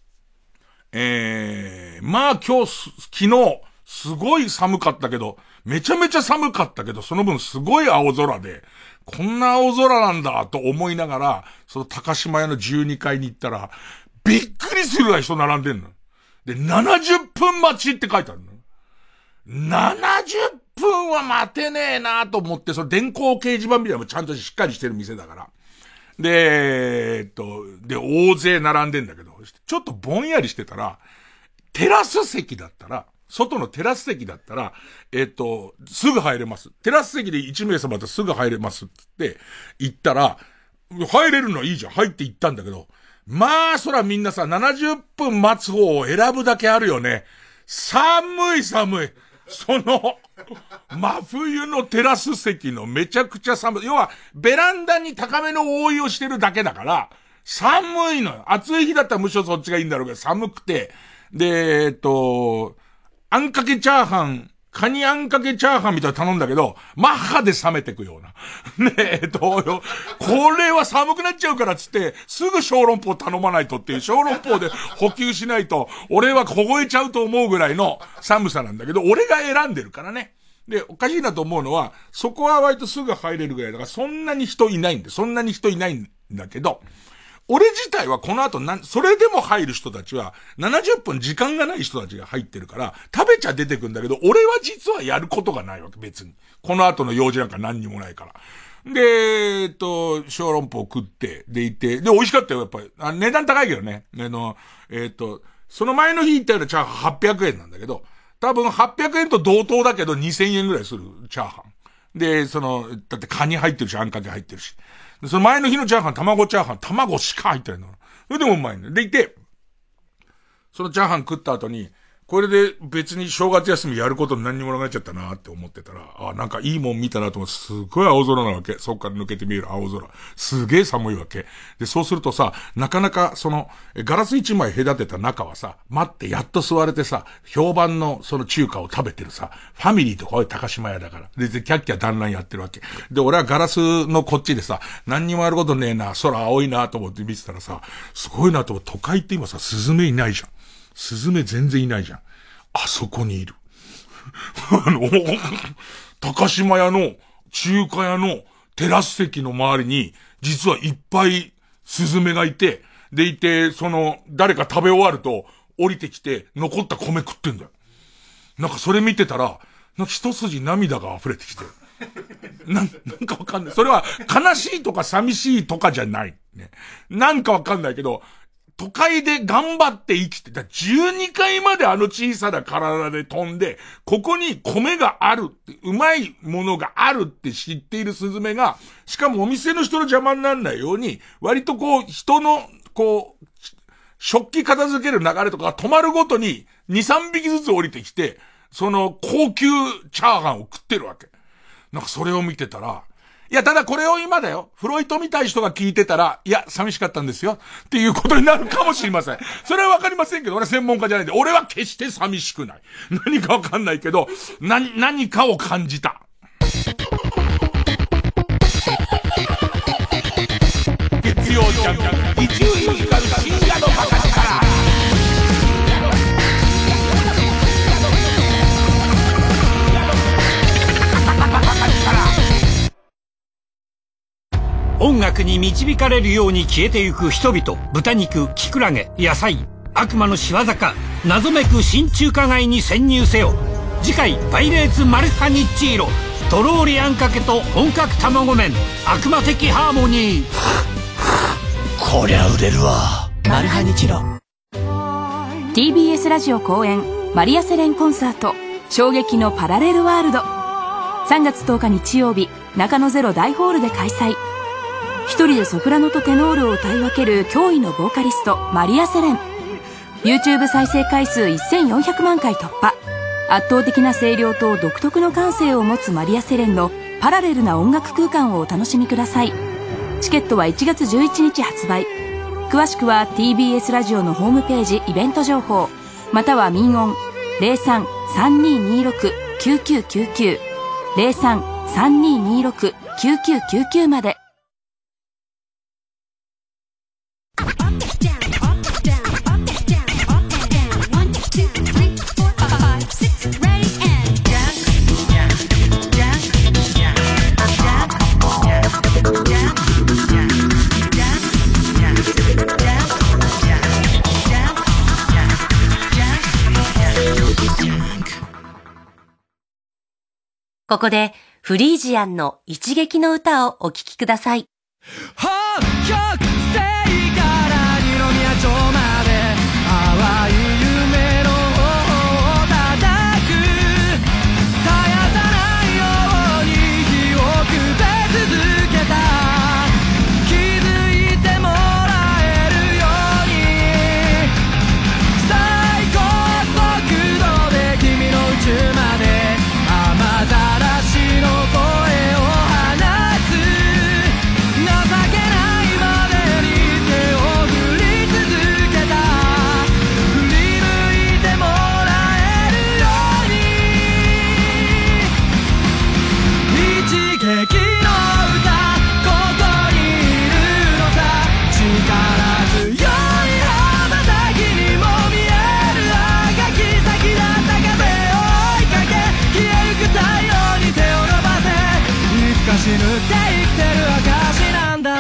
えー、まあ今日、昨日、すごい寒かったけど、めちゃめちゃ寒かったけど、その分すごい青空で、こんな青空なんだと思いながら、その高島屋のじゅうにかいに行ったら、びっくりするぐらい人並んでんの。で、ななじゅっぷん待ちって書いてあるの。ななじゅっぷんは待てねえなと思って、その電光掲示板みたいなのもちゃんとしっかりしてる店だから。で、えっと、で、大勢並んでんだけど、ちょっとぼんやりしてたら、テラス席だったら、外のテラス席だったら、えっと、すぐ入れます。テラス席でいちめいさまだとすぐ入れますって言ったら、入れるのはいいじゃん。入って行ったんだけど、まあ、そらみんなさ、ななじゅっぷん待つ方を選ぶだけあるよね。寒い寒い。その、真冬のテラス席のめちゃくちゃ寒い。要は、ベランダに高めの覆いをしてるだけだから、寒いのよ。暑い日だったらむしろそっちがいいんだろうけど、寒くて。で、えっと、あんかけチャーハン、カニあんかけチャーハンみたいな頼んだけど、マッハで冷めてくような。ねえ、どうよ。これは寒くなっちゃうからっつって、すぐ小籠包頼まないとっていう、小籠包で補給しないと、俺は凍えちゃうと思うぐらいの寒さなんだけど、俺が選んでるからね。で、おかしいなと思うのは、そこは割とすぐ入れるぐらいだから、そんなに人いないんで、そんなに人いないんだけど、俺自体はこの後な、それでも入る人たちは、ななじゅっぷん時間がない人たちが入ってるから、食べちゃ出てくんだけど、俺は実はやることがないわけ、別に。この後の用事なんか何にもないから。で、えっと、小籠包食って、でいて、で、美味しかったよ、やっぱり。あ、値段高いけどね。あの、えっと、その前の日行ったようなチャーハンはっぴゃくえんなんだけど、多分はっぴゃくえんと同等だけどにせんえんぐらいするチャーハン。で、その、だってカニ入ってるし、あんかけ入ってるし。その前の日のチャーハン、卵チャーハン、卵しか入ってないの。それでもうまいね。でいて、そのチャーハン食った後に、これで別に正月休みやること何にもなくなっちゃったなって思ってたら、あ、なんかいいもん見たなと思って、すごい青空なわけ。そっから抜けて見える青空。すげえ寒いわけ。で、そうするとさ、なかなかその、ガラス一枚隔てた中はさ、待ってやっと座れてさ、評判のその中華を食べてるさ、ファミリーとかおい高島屋だから。で、キャッキャ団らんやってるわけ。で、俺はガラスのこっちでさ、何にもやることねえな、空青いなと思って見てたらさ、すごいなと思って、都会って今さ、スズメいないじゃん。スズメ全然いないじゃん。あそこにいる。あの、高島屋の中華屋のテラス席の周りに、実はいっぱいスズメがいて、でいて、その、誰か食べ終わると、降りてきて、残った米食ってんだよ。なんかそれ見てたら、なんか一筋涙が溢れてきて。な、なんかわかんない。それは悲しいとか寂しいとかじゃない。ね。なんかわかんないけど、都会で頑張って生きてたじゅうにかいまであの小さな体で飛んで、ここに米があるって、うまいものがあるって知っているスズメが、しかもお店の人の邪魔にならないように、割とこう人の、こう、食器片付ける流れとかが止まるごとにに、さんびきずつ降りてきて、その高級チャーハンを食ってるわけ。なんかそれを見てたら、いや、ただこれを今だよ。フロイトみたい人が聞いてたら、いや、寂しかったんですよ。っていうことになるかもしれません。それはわかりませんけど、俺は専門家じゃないんで、俺は決して寂しくない。何かわかんないけど、何、何かを感じた。 導かれるように消えてゆく人々、豚肉、キクラゲ、野菜、悪魔の仕業か、謎めく新中華街に潜入せよ。次回パイレーツマルハニッチーロ、とろーりあんかけと本格卵麺、悪魔的ハーモニー。こりゃ売れるわ。マルハニチロ。 ティービーエス ラジオ公演マリアセレンコンサート、衝撃のパラレルワールド。さんがつとおか日曜日、中野ゼロ大ホールで開催。一人でソプラノとテノールを歌い分ける驚異のボーカリストマリアセレン。 YouTube 再生回数せんよんひゃくまんかい突破。圧倒的な声量と独特の感性を持つマリアセレンのパラレルな音楽空間をお楽しみください。チケットはいちがつじゅういちにち発売。詳しくは ティービーエス ラジオのホームページイベント情報、または民音 ゼロさん さんにーにーろく きゅうきゅうきゅうきゅう ゼロさん さんにーにーろく きゅうきゅうきゅうきゅう まで。 ここでフリージアンの一撃の歌をお聴きください。 北極星から二宮町まで淡い夢の頬を叩く、絶やさないように火をくべ続けた、気づいてもらえるように最高速度で君の宇宙まで雨ざらしの声を放つ、情けないまでに手を振り続けた、振り向いてもらえるように一撃の歌、ここにいるのさ、力強い羽ばたきにも見える赤き先だった風を追いかけ、消えゆく太陽に手を伸ばせ、いつか死ぬって生きてる証なんだって。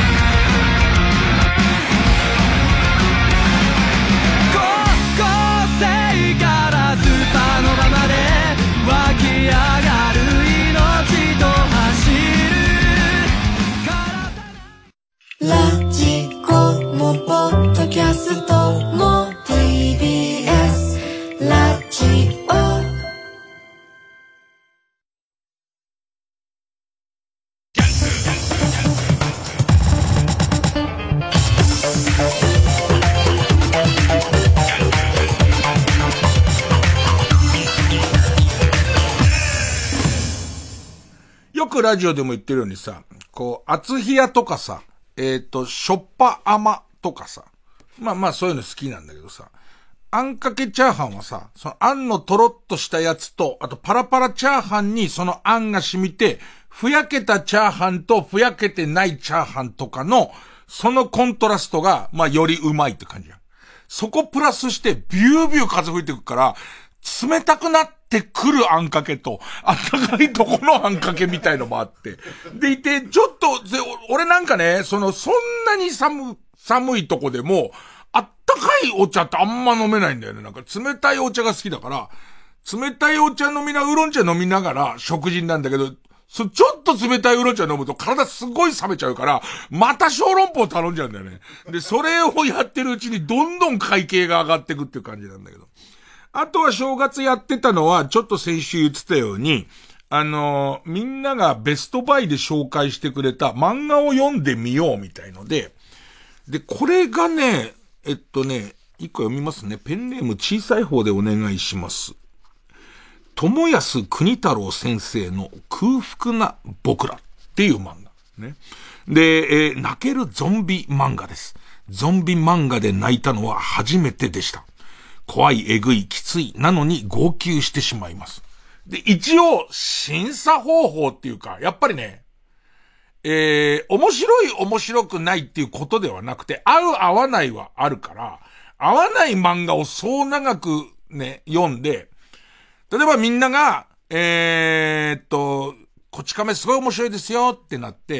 高校生からスーパーノヴァまで湧き上がる命と走る、 ラジコもポッドキャストも ティービーエス ラジオ。 よくラジオでも言ってるようにさ、こう、厚冷やとかさ、えっと、しょっぱ甘とかさ、まあまあそういうの好きなんだけどさ、あんかけチャーハンはさ、そのあんのとろっとしたやつと、あとパラパラチャーハンにそのあんが染みて、ふやけたチャーハンとふやけてないチャーハンとかの、そのコントラストが、まあよりうまいって感じや。そこプラスしてビュービュー風吹いてくから、冷たくなってくるあんかけと、あったかいとこのあんかけみたいのもあって。でいて、ちょっと、俺なんかね、その、そんなに寒、寒いとこでも、あったかいお茶ってあんま飲めないんだよね。なんか冷たいお茶が好きだから、冷たいお茶飲みな、ウーロン茶飲みながら食事なんだけど、そちょっと冷たいウーロン茶飲むと体すごい冷めちゃうから、また小籠包頼んじゃうんだよね。で、それをやってるうちにどんどん会計が上がってくっていう感じなんだけど。あとは正月やってたのは、ちょっと先週言ってたように、あのー、みんながベストバイで紹介してくれた漫画を読んでみようみたいので、で、これがね、えっとね、一個読みますね。ペンネーム小さい方でお願いします。友安国太郎先生の空腹な僕らっていう漫画。ね。で、えー、泣けるゾンビ漫画です。ゾンビ漫画で泣いたのは初めてでした。怖い、えぐい、きつい、なのに号泣してしまいます。で、一応、審査方法っていうか、やっぱりね、えー、面白い、面白くないっていうことではなくて、合う、合わないはあるから、合わない漫画をそう長くね、読んで、例えばみんなが、えーっと、こち亀すごい面白いですよってなって、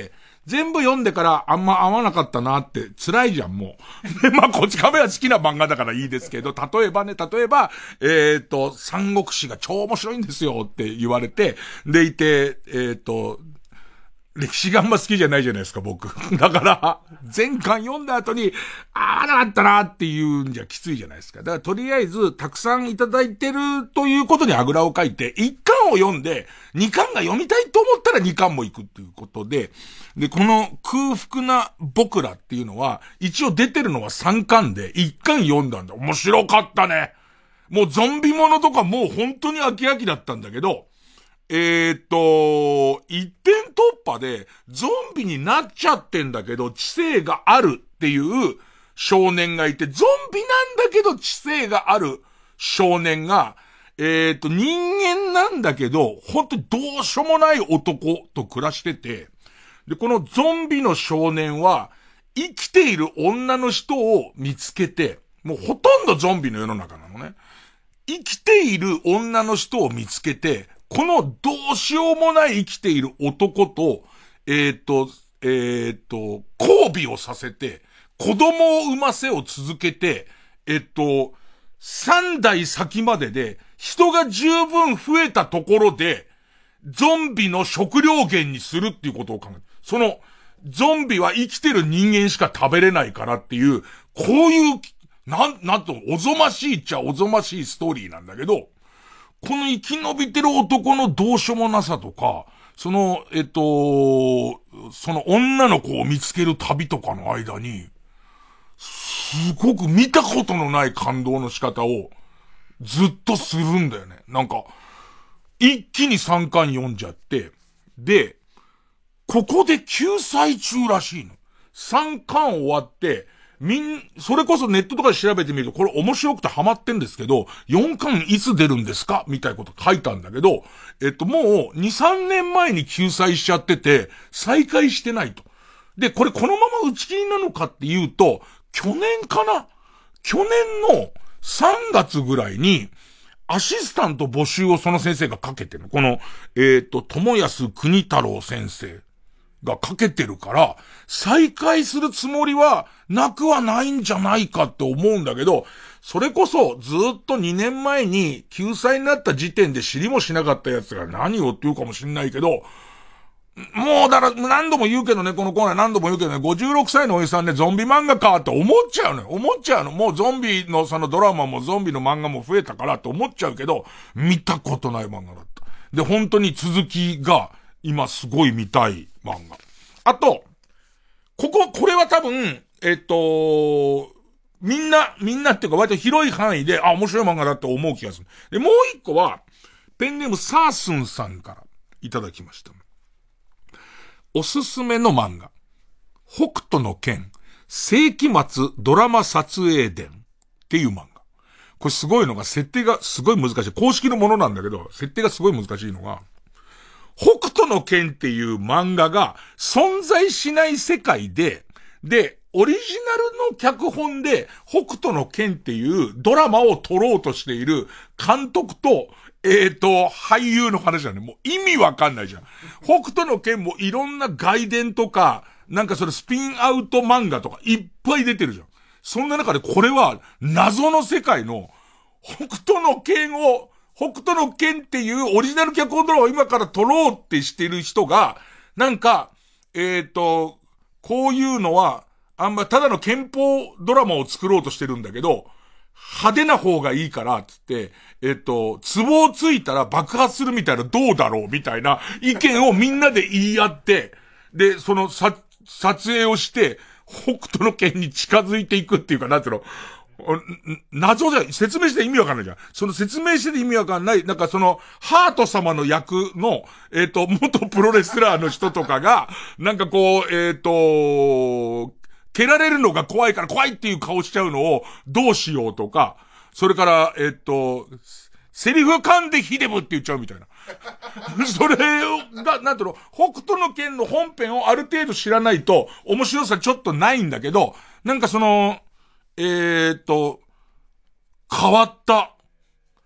全部読んでからあんま合わなかったなって辛いじゃん、もう。で、まあ、こっち亀は好きな漫画だからいいですけど、例えばね、例えば、えっと、三国志が超面白いんですよって言われて、でいて、えっと、歴史があんま好きじゃないじゃないですか、僕。だから、前巻読んだ後に、ああ、なかったなっていうんじゃきついじゃないですか。だからとりあえず、たくさんいただいてるということにあぐらをかいて、一巻を読んで、二巻が読みたいと思ったら二巻も行くっていうことで、で、この空腹な僕らっていうのは、一応出てるのは三巻で、一巻読んだんだ。面白かったね。もうゾンビものとかもう本当に飽き飽きだったんだけど、えーっと、一点突破でゾンビになっちゃってんだけど知性があるっていう少年がいて、ゾンビなんだけど知性がある少年が、えーっと、人間なんだけど、本当にどうしようもない男と暮らしてて、で、このゾンビの少年は生きている女の人を見つけて、もうほとんどゾンビの世の中なのね。生きている女の人を見つけて、このどうしようもない生きている男と、えっと、えっと、交尾をさせて、子供を産ませを続けて、えっと、三代先までで、人が十分増えたところで、ゾンビの食料源にするっていうことを考える。その、ゾンビは生きてる人間しか食べれないからっていう、こういう、なん、なんと、おぞましいっちゃおぞましいストーリーなんだけど、この生き延びてる男のどうしようもなさとか、その、えっと、その女の子を見つける旅とかの間に、すごく見たことのない感動の仕方をずっとするんだよね。なんか、一気に三巻読んじゃって、で、ここで救済中らしいの。三巻終わって、みん、それこそネットとかで調べてみると、これ面白くてハマってんですけど、よんかんいつ出るんですかみたいなこと書いたんだけど、えっと、もう、に、さんねんまえに救済しちゃってて、再開してないと。で、これこのまま打ち切りなのかっていうと、去年かな去年のさんがつぐらいに、アシスタント募集をその先生がかけてる。この、えっと、友安国太郎先生がかけてるから、再開するつもりはなくはないんじゃないかって思うんだけど、それこそずっとにねんまえに救済になった時点で知りもしなかったやつが何をって言うかもしんないけど、もうだから何度も言うけどね、このコーナー何度も言うけどね、ごじゅうろくさいのおじさんね、ゾンビ漫画かって思っちゃうのよ。思っちゃうの。もうゾンビのそのドラマもゾンビの漫画も増えたからって思っちゃうけど、見たことない漫画だった。で、本当に続きが今すごい見たい漫画。あと、ここ、これは多分、えっと、みんな、みんなっていうか割と広い範囲で、あ、面白い漫画だって思う気がする。で、もう一個は、ペンネームサースンさんからいただきました。おすすめの漫画。北斗の拳、世紀末ドラマ撮影伝っていう漫画。これすごいのが、設定がすごい難しい。公式のものなんだけど、設定がすごい難しいのが、北斗の拳っていう漫画が存在しない世界で、で、オリジナルの脚本で北斗の拳っていうドラマを撮ろうとしている監督と、えーと、俳優の話だね。もう意味わかんないじゃん。北斗の拳もいろんな外伝とか、なんかそれスピンアウト漫画とかいっぱい出てるじゃん。そんな中でこれは謎の世界の北斗の拳を、北斗の拳っていうオリジナル脚本ドラマを今から撮ろうってしてる人が、なんか、えーと、こういうのは、あんまただの拳法ドラマを作ろうとしてるんだけど、派手な方がいいから、つって、えっと、壺をついたら爆発するみたいなどうだろうみたいな意見をみんなで言い合って、で、そのさ、撮影をして、北斗の拳に近づいていくっていうか、なんていうの、謎じゃ、説明して意味わかんないじゃん。その説明して意味わかんない、なんかその、ハート様の役の、えっと、元プロレスラーの人とかが、なんかこう、えっと、蹴られるのが怖いから怖いっていう顔しちゃうのをどうしようとか、それから、えっと、セリフ噛んでヒデブって言っちゃうみたいな。それが、なんていうの、北斗の拳の本編をある程度知らないと面白さちょっとないんだけど、なんかその、えーっと、変わった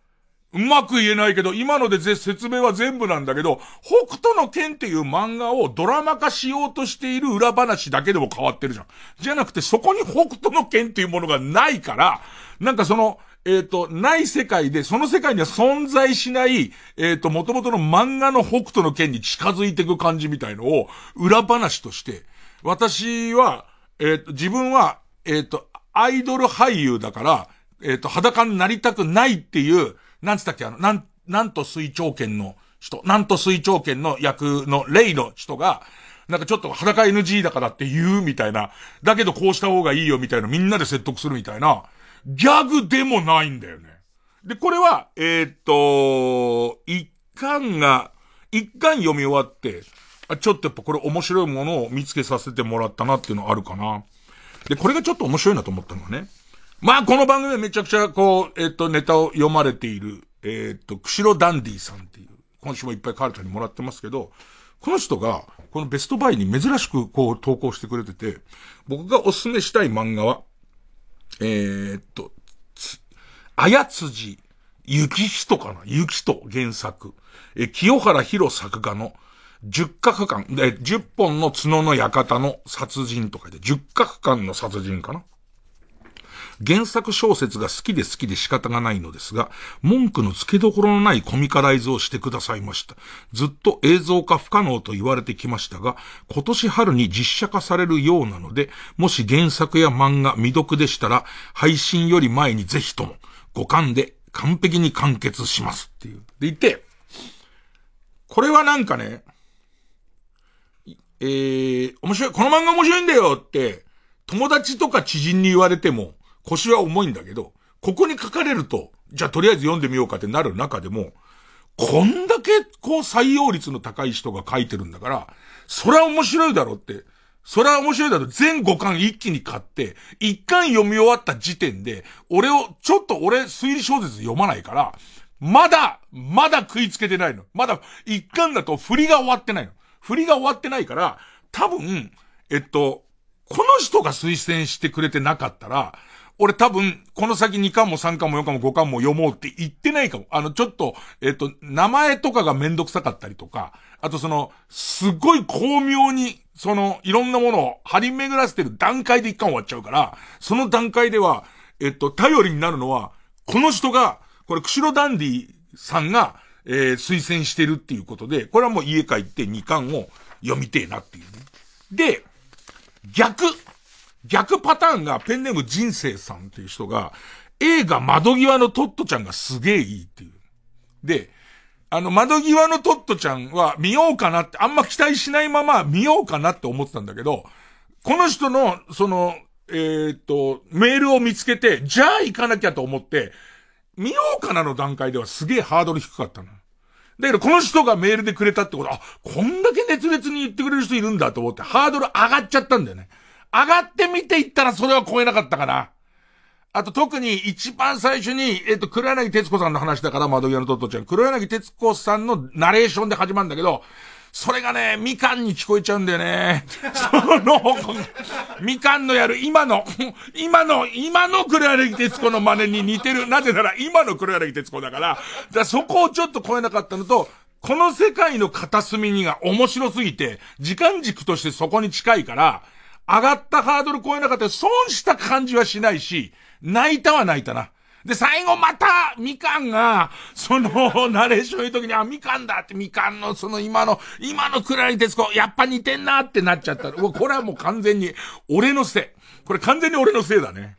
うまく言えないけど、今ので説明は全部なんだけど、北斗の拳っていう漫画をドラマ化しようとしている裏話だけでも変わってるじゃん。じゃなくて、そこに北斗の拳っていうものがないから、なんかその、えっと、ない世界で、その世界には存在しない、えっと、元々の漫画の北斗の拳に近づいていく感じみたいのを、裏話として、私は、えっと、自分は、えっと、アイドル俳優だから、えっと、裸になりたくないっていう、なんつったっけ、あの、なん、なんと水長剣の人、なんと水長剣の役のレイの人が、なんかちょっと裸 エヌジー だからって言うみたいな、だけどこうした方がいいよみたいな、みんなで説得するみたいな、ギャグでもないんだよね。で、これは、えー、っと、一巻が、一巻読み終わって、ちょっとやっぱこれ面白いものを見つけさせてもらったなっていうのあるかな。で、これがちょっと面白いなと思ったのはね。まあ、この番組はめちゃくちゃ、こう、えっと、ネタを読まれている、えっと、釧路ダンディさんっていう、今週もいっぱいカルタにもらってますけど、この人が、このベストバイに珍しくこう投稿してくれてて、僕がおすすめしたい漫画は、えー、っと、あやつじ、ゆきひとかなゆきと原作。え、清原博作画の、十角館、で、十本の角の館の殺人とかで、十角館の殺人かな。原作小説が好きで好きで仕方がないのですが、文句の付けどころのないコミカライズをしてくださいました。ずっと映像化不可能と言われてきましたが、今年春に実写化されるようなので、もし原作や漫画未読でしたら、配信より前にぜひとも、五巻で完璧に完結しますっていう。でいて、これはなんかね、えー、面白い、この漫画面白いんだよって、友達とか知人に言われても、腰は重いんだけど、ここに書かれると、じゃあとりあえず読んでみようかってなる中でも、こんだけこう採用率の高い人が書いてるんだから、それは面白いだろって、それは面白いだろ、全ごかん一気に買って、一巻読み終わった時点で、俺を、ちょっと俺推理小説読まないから、まだ、まだ食いつけてないの。まだ一巻だと振りが終わってないの。振りが終わってないから、多分、えっと、この人が推薦してくれてなかったら、俺多分、この先にかんもさんかんもよんかんもごかんも読もうって言ってないかも。あの、ちょっと、えっと、名前とかがめんどくさかったりとか、あとその、すごい巧妙に、その、いろんなものを張り巡らせてる段階で一巻終わっちゃうから、その段階では、えっと、頼りになるのは、この人が、これ、釧路ダンディさんが、えー、推薦してるっていうことで、これはもう家帰ってにかんを読みてえなっていうね。で、逆、逆パターンがペンネーム人生さんっていう人が、映画窓際のトットちゃんがすげえいいっていう。で、あの窓際のトットちゃんは見ようかなって、あんま期待しないまま見ようかなって思ってたんだけど、この人の、その、えー、っと、メールを見つけて、じゃあ行かなきゃと思って、見ようかなの段階ではすげえハードル低かったの。だけどこの人がメールでくれたってことは、あ、こんだけ熱烈に言ってくれる人いるんだと思って、ハードル上がっちゃったんだよね。上がってみていったらそれは超えなかったかな。あと特に一番最初に、えっと、黒柳徹子さんの話だから、窓際のトットちゃん。黒柳徹子さんのナレーションで始まるんだけど、それがね、みかんに聞こえちゃうんだよね。その、みかんのやる今の、今の、今の黒柳徹子の真似に似てる。なぜなら今の黒柳徹子だから、だからそこをちょっと超えなかったのと、この世界の片隅にが面白すぎて、時間軸としてそこに近いから、上がったハードル超えなかったら損した感じはしないし、泣いたは泣いたな。で、最後また、みかんが、その、ナレーション言うときに、あ、みかんだって、みかんの、その今の、今の黒柳徹子、やっぱ似てんなってなっちゃった。これはもう完全に、俺のせい。これ完全に俺のせいだね。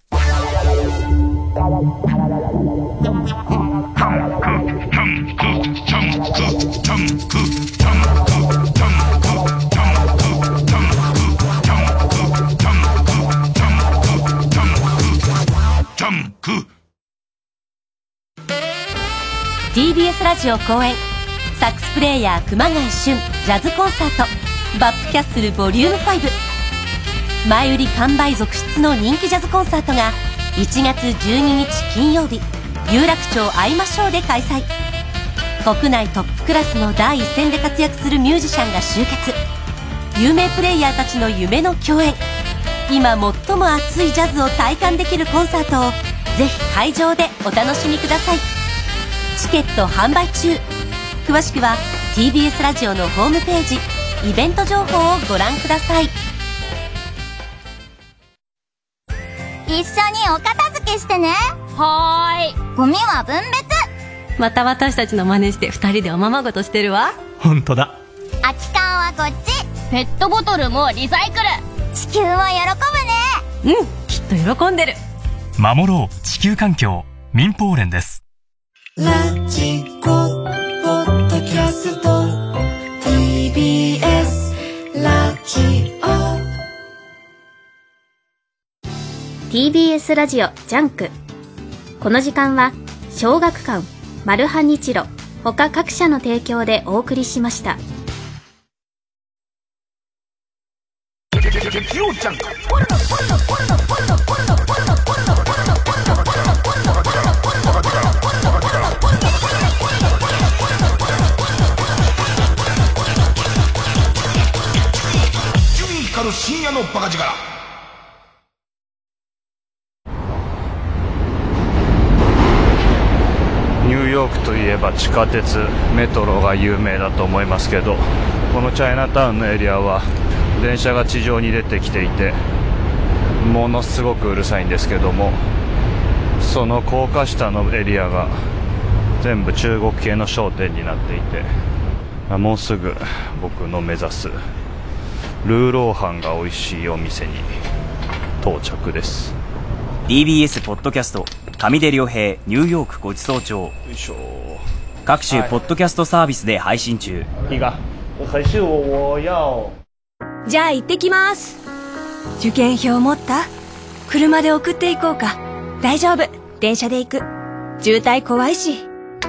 ティービーエス ラジオ公演サックスプレイヤー熊谷俊ジャズコンサートバップキャッスルボリュームファイブ。前売り完売続出の人気ジャズコンサートがいちがつじゅうににち金曜日、有楽町会いましょうで開催。国内トップクラスの第一線で活躍するミュージシャンが集結。有名プレイヤーたちの夢の共演。今最も熱いジャズを体感できるコンサートをぜひ会場でお楽しみください。 チケット販売中。詳しくは ティービーエス ラジオのホームページイベント情報をご覧ください。 一緒にお片付けしてね。 はーい。 ゴミは分別。 また私たちの真似して二人でおままごとしてるわ。 ほんとだ。 空き缶はこっち。 ペットボトルもリサイクル。 地球も喜ぶね。うん、きっと喜んでる。 守ろう地球環境、民放連です。 ラジコポッドキャスト ティービーエス ラジオティービーエス ラジオジャンク。この時間は小学館、マルハニチロ他各社の提供でお送りしました。 月曜ジャンク。光る深夜のバカ力。 ニューヨークといえば地下鉄メトロが有名だと思いますけど、このチャイナタウンのエリアは電車が地上に出てきていてものすごくうるさいんですけども、その高架下のエリアが全部中国系の商店になっていて、もうすぐ僕の目指すルーローハンが美味しいお店に到着です。 ティービーエス ポッドキャスト上出良平ニューヨークごちそう帳、各種ポッドキャストサービスで配信中。 いいか、可是我要。 じゃあ行ってきます。受験票持った？車で送っていこうか。大丈夫、電車で行く。渋滞怖いし。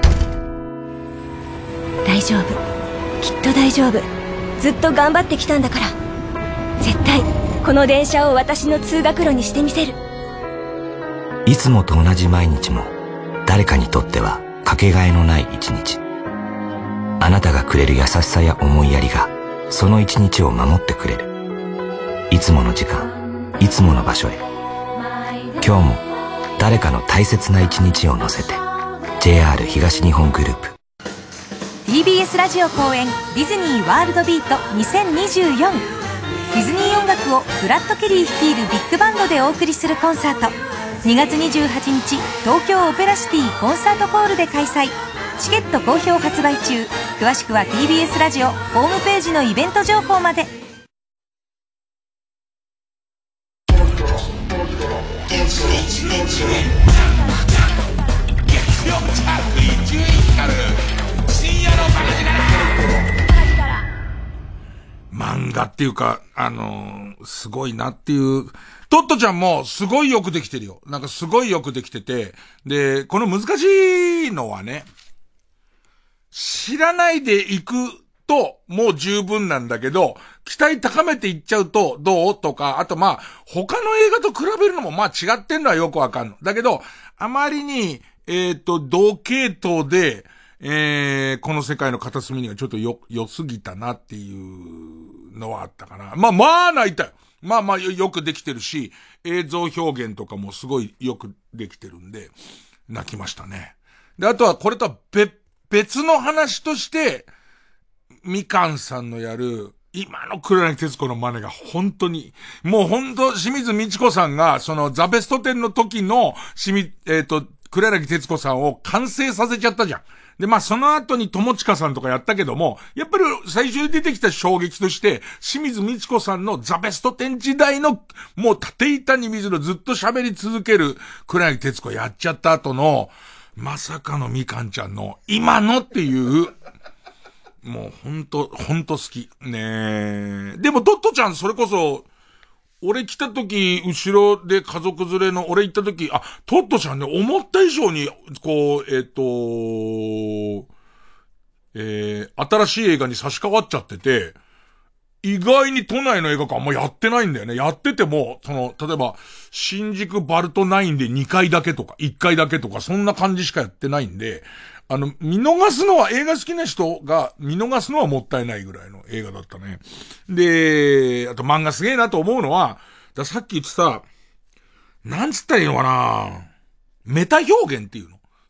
大丈夫、きっと大丈夫。ずっと頑張ってきたんだから。絶対この電車を私の通学路にしてみせる。 いつもと同じ毎日も誰かにとってはかけがえのない一日。あなたがくれる優しさや思いやりがその一日を守ってくれる。いつもの時間、いつもの場所へ。今日も誰かの大切な一日を乗せて ジェイアール 東日本グループ。 ティービーエス ラジオ公演ディズニーワールドビートにせんにじゅうよん。ディズニー音楽をブラッド・ケリー率いるビッグバンドでお送りするコンサート。にがつにじゅうはちにち東京オペラシティコンサートホールで開催。チケット好評発売中。詳しくは ティービーエス ラジオホームページのイベント情報まで。 漫画っていうか、あのー、すごいなっていう。トットちゃんもすごいよくできてるよ。なんかすごいよくできてて。で、この難しいのはね、知らないでいくともう十分なんだけど、期待高めていっちゃうとどうとか、あとまあ、他の映画と比べるのもまあ違ってんのはよくわかんの。だけど、あまりに、えっと、同系統で、えー、この世界の片隅にはちょっとよ、良すぎたなっていうのはあったかな。まあまあ泣いたよ。まあまあよくできてるし、映像表現とかもすごいよくできてるんで、泣きましたね。で、あとはこれとは別、別の話として、みかんさんのやる、今の黒柳徹子の真似が本当に、もう本当清水美智子さんが、そのザベストテンの時の、しみ、えっと、黒柳徹子さんを完成させちゃったじゃん。で、まあ、その後に友近さんとかやったけども、やっぱり最初に出てきた衝撃として、清水美智子さんのザベストテン時代の、もう縦板に水のずっと喋り続ける黒柳徹子やっちゃった後の、まさかのみかんちゃんの今のっていう、もうほんと、ほんと好き。ねえ。でもトットちゃんそれこそ、俺来た時、後ろで家族連れの、俺行った時、あ、トットちゃんね、思った以上に、こう、えっと、えー、新しい映画に差し掛かっちゃってて、意外に都内の映画館あんまやってないんだよね。やってても、その、例えば、新宿バルトナインでにかいだけとか、いっかいだけとか、そんな感じしかやってないんで、あの、見逃すのは、映画好きな人が見逃すのはもったいないぐらいの映画だったね。で、あと漫画すげえなと思うのは、ださっき言ってた、なんつったらいいのかな、メタ表現っていうの。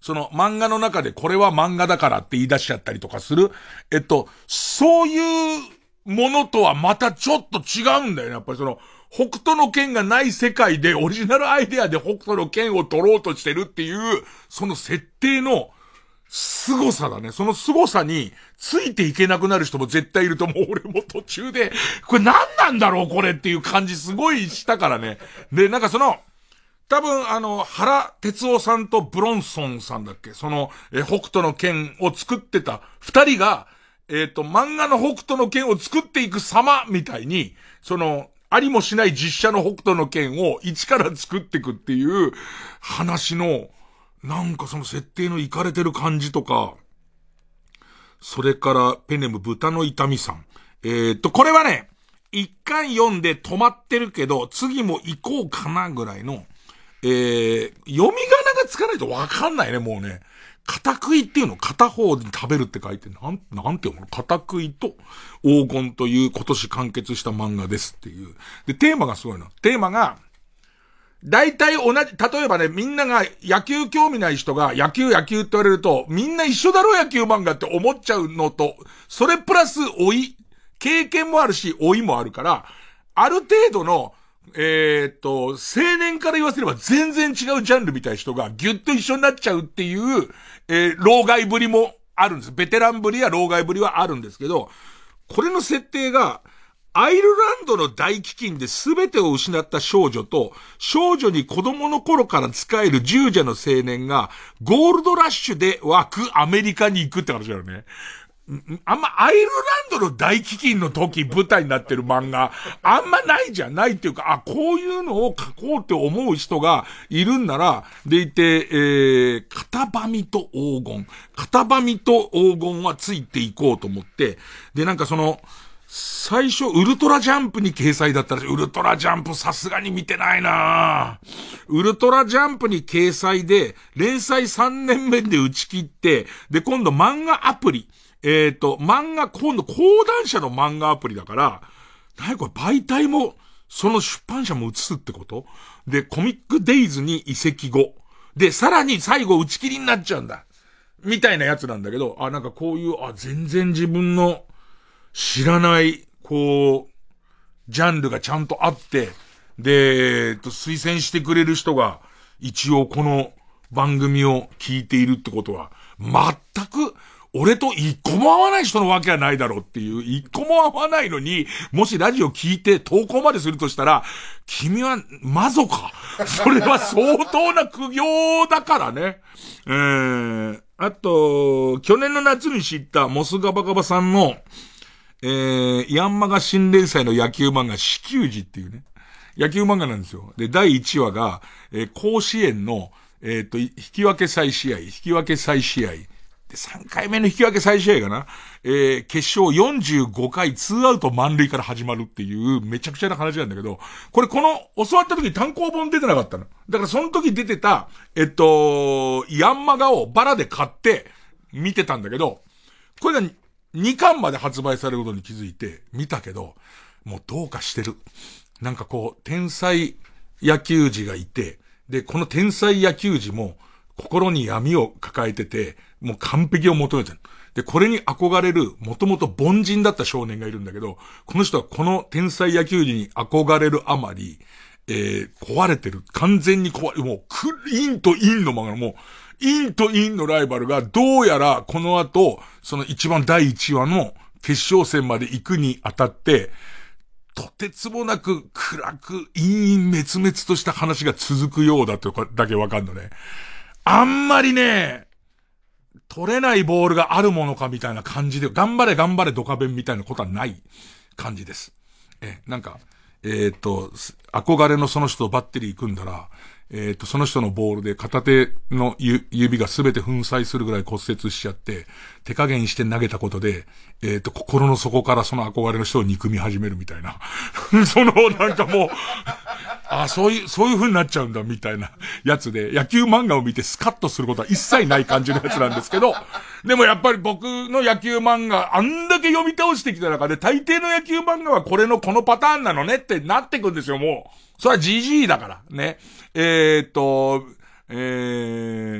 その漫画の中でこれは漫画だからって言い出しちゃったりとかする。えっと、そういうものとはまたちょっと違うんだよね。やっぱりその、北斗の拳がない世界でオリジナルアイデアで北斗の拳を取ろうとしてるっていう、その設定の凄さだね。その凄さについていけなくなる人も絶対いると思う。俺も途中で、これ何なんだろうこれっていう感じすごいしたからね。で、なんかその、多分あの、原哲夫さんとブロンソンさんだっけその、え、北斗の拳を作ってた二人が、えっと、漫画の北斗の拳を作っていく様みたいに、その、ありもしない実写の北斗の拳を一から作っていくっていう話の、なんかその設定のイカれてる感じとか、それからペネム豚の痛みさん。えっと、これはね、一回読んで止まってるけど、次も行こうかなぐらいの、えー、読み仮名がつかないとわかんないね、もうね。片食いっていうの、片方で食べるって書いて、なん、なんて読むの？片食いと黄金という今年完結した漫画ですっていう。で、テーマがすごいの。テーマが、大体同じ、例えばね、みんなが野球興味ない人が野球野球って言われると、みんな一緒だろ野球漫画って思っちゃうのと、それプラス老い、経験もあるし老いもあるから、ある程度の、えー、っと、青年から言わせれば全然違うジャンルみたいな人がギュッと一緒になっちゃうっていう、えー、老害ぶりもあるんです。ベテランぶりや老害ぶりはあるんですけど、これの設定が、アイルランドの大飢饉で全てを失った少女と、少女に子供の頃から仕える従者の青年が、ゴールドラッシュで湧くアメリカに行くって話だよね。あんまアイルランドの大飢饉の時舞台になってる漫画、あんまないじゃん。ないっていうか、あ、こういうのを書こうって思う人がいるんなら、でいて、えー、片ばみと黄金。片ばみと黄金はついていこうと思って、で、なんかその、最初、ウルトラジャンプに掲載だったらしい。ウルトラジャンプさすがに見てないなぁ。ウルトラジャンプに掲載で、連載さんねんめで打ち切って、で、今度漫画アプリ。えっと、漫画、今度講談社の漫画アプリだから、なにこれ媒体も、その出版社も映すってことで、コミックデイズに移籍後。で、さらに最後打ち切りになっちゃうんだ。みたいなやつなんだけど、あ、なんかこういう、あ、全然自分の知らない、こう、ジャンルがちゃんとあって、で、えっと、推薦してくれる人が、一応この番組を聞いているってことは、全く、俺と一個も合わない人のわけはないだろうっていう、一個も合わないのに、もしラジオ聞いて投稿までするとしたら、君はマゾか。それは相当な苦行だからね。えー、あと、去年の夏に知ったモスガバガバさんの、えー、ヤンマガ新連載の野球漫画、始球時っていうね。野球漫画なんですよ。で、だいいちわが、えー、甲子園の、えっと、引き分け再試合、引き分け再試合。さんかいめの引き分け再試合かな、えー、決勝よんじゅうごかいツーアウト満塁から始まるっていうめちゃくちゃな話なんだけど、これこの教わった時単行本出てなかったの。だからその時出てた、えっと、ヤンマガをバラで買って見てたんだけど、これがにかんまで発売されることに気づいて見たけど、もうどうかしてる。なんかこう、天才野球児がいて、で、この天才野球児も心に闇を抱えてて、もう完璧を求めてる。で、これに憧れる、もともと凡人だった少年がいるんだけど、この人はこの天才野球児に憧れるあまり、えー、壊れてる。完全に壊れ、もう、陰と陰の漫画の、もう、陰と陰のライバルが、どうやらこの後、その一番だいいちわの決勝戦まで行くにあたって、とてつもなく暗く、陰陰滅滅とした話が続くようだとかだけわかんのね。あんまりね、取れないボールがあるものかみたいな感じで、頑張れ頑張れドカベンみたいなことはない感じです。え、なんか、えっと、憧れのその人とバッテリー組んだら、えっと、その人のボールで片手の指がすべて粉砕するぐらい骨折しちゃって、手加減して投げたことで、えっと、心の底からその憧れの人を憎み始めるみたいな。その、なんかもう、あ、そういう、そういう風になっちゃうんだ、みたいなやつで、野球漫画を見てスカッとすることは一切ない感じのやつなんですけど、でもやっぱり僕の野球漫画、あんだけ読み倒してきた中で、大抵の野球漫画はこれのこのパターンなのねってなってくんですよ、もう。それはジジイだから、ね。えーっと、えー、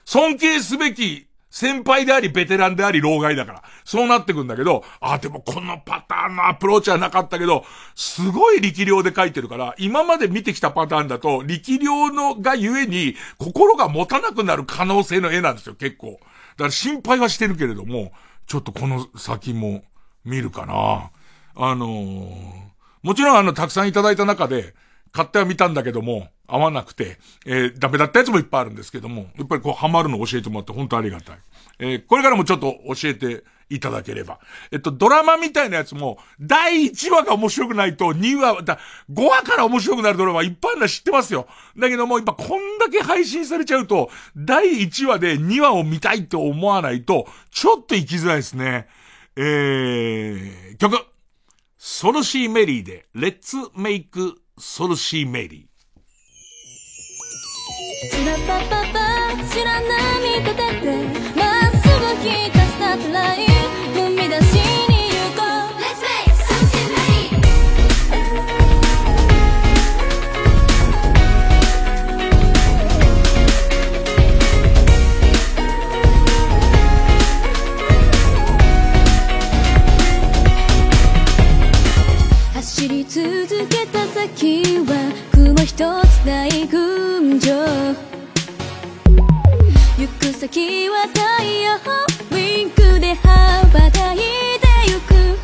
尊敬すべき先輩でありベテランであり老害だから。そうなってくんだけど、あ、でもこのパターンのアプローチはなかったけど、すごい力量で描いてるから、今まで見てきたパターンだと、力量のがゆえに、心が持たなくなる可能性の絵なんですよ、結構。だから心配はしてるけれども、ちょっとこの先も見るかな。あのー、もちろんあの、たくさんいただいた中で、買ってはみたんだけども、合わなくて、えー、ダメだったやつもいっぱいあるんですけども、やっぱりこう、ハマるのを教えてもらって本当ありがたい。えー、これからもちょっと教えていただければ。えっと、ドラマみたいなやつも、だいいちわが面白くないと、にわ、だ、ごわから面白くなるドラマいっぱいあるのは知ってますよ。だけども、やっぱこんだけ配信されちゃうと、だいいちわでにわを見たいと思わないと、ちょっと行きづらいですね。えー、曲。ソルシーメリーで、レッツメイクソルシーメリー。 チラパパパ知らない見立ててまっすぐ引かスタートライン踏み出しに行こう Let's make something ready 走り続けた先は雲一つない群青行く先は太陽ウィンクで羽ばたいてゆく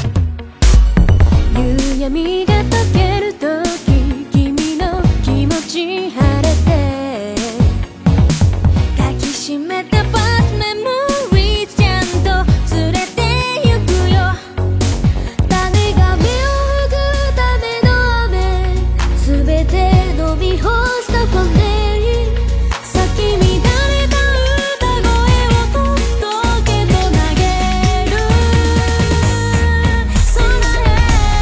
夕闇が溶けるとき君の気持ち晴れて抱きしめたパスメモリーちゃんと連れてゆくよ種が目を拭くための雨すべて飲み干すとこで咲き乱れた歌声を届けと投げる空へ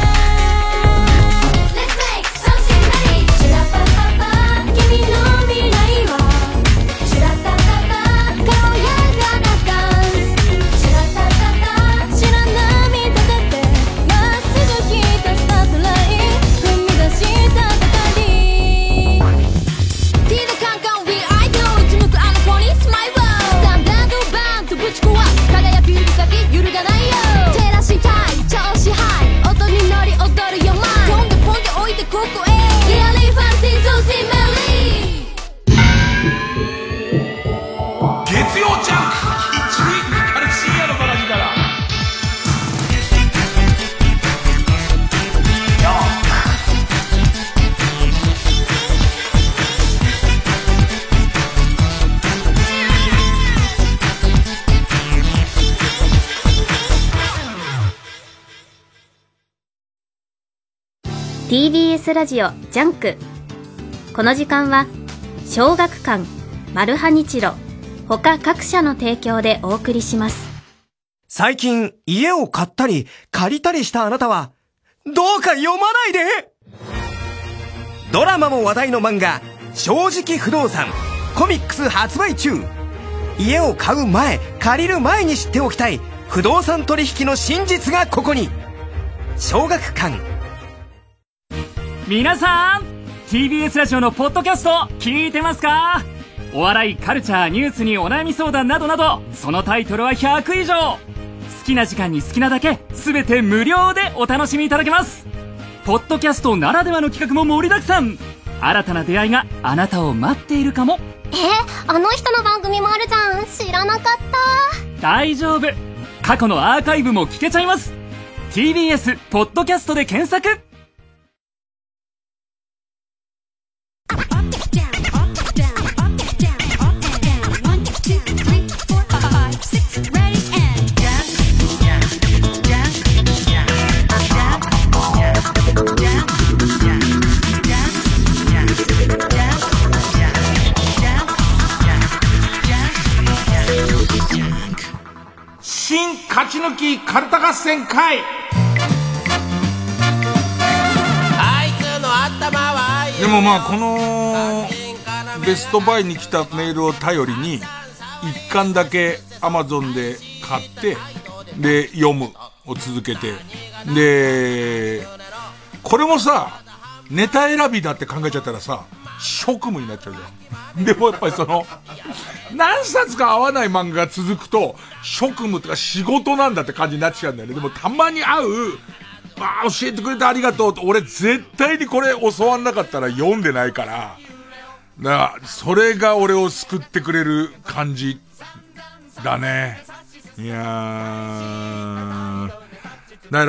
Let's make something ready チュラパパパ君の未来はチュラタタタ軽やかなダンスチュラタタタ知らない見立ててまっすぐ引いたスタートライン踏み出した戦いティーでカンカン We I do うち向くあの子にスマイルスタンダードバンとぶち壊す輝く指先揺るがないよ照らしたい調子ハイ音に乗り踊るよマイポンでポンで置いてここへリアリーファンシーソーシーメリー月曜ジャンク一塁あれ深夜のバラジだな。 ティービーエス ラジオジャンク。この時間は小学館、マルハニチロ他各社の提供でお送りします。 最近家を買ったり借りたりしたあなたはどうか読まないで。ドラマも話題の漫画正直不動産コミックス発売中。家を買う前借りる前に知っておきたい不動産取引の真実がここに。小学館。 皆さん ティービーエス ラジオのポッドキャスト聞いてますか？お笑い、カルチャー、ニュースにお悩み相談などなど、そのタイトルはひゃく以上。好きな時間に好きなだけ全て無料でお楽しみいただけます。ポッドキャストならではの企画も盛りだくさん。新たな出会いがあなたを待っているかも。 え、あの人の番組もあるじゃん。知らなかった。 大丈夫、過去のアーカイブも聞けちゃいます。 ティービーエス ポッドキャストで検索。 新勝ち抜きカルタ合戦会。 あいつの頭はでもまあこのベストバイに来たメールを頼りに一巻だけ Amazon で買ってで読むを続けて、でこれもさネタ選びだって考えちゃったらさ職務になっちゃうじゃん。でもやっぱりその、何冊か合わない漫画が続くと、職務とか仕事なんだって感じになっちゃうんだよね。でもたまに会う、ああ、教えてくれてありがとうと、俺絶対にこれ教わんなかったら読んでないから、だから、それが俺を救ってくれる感じだね。いやー。だから、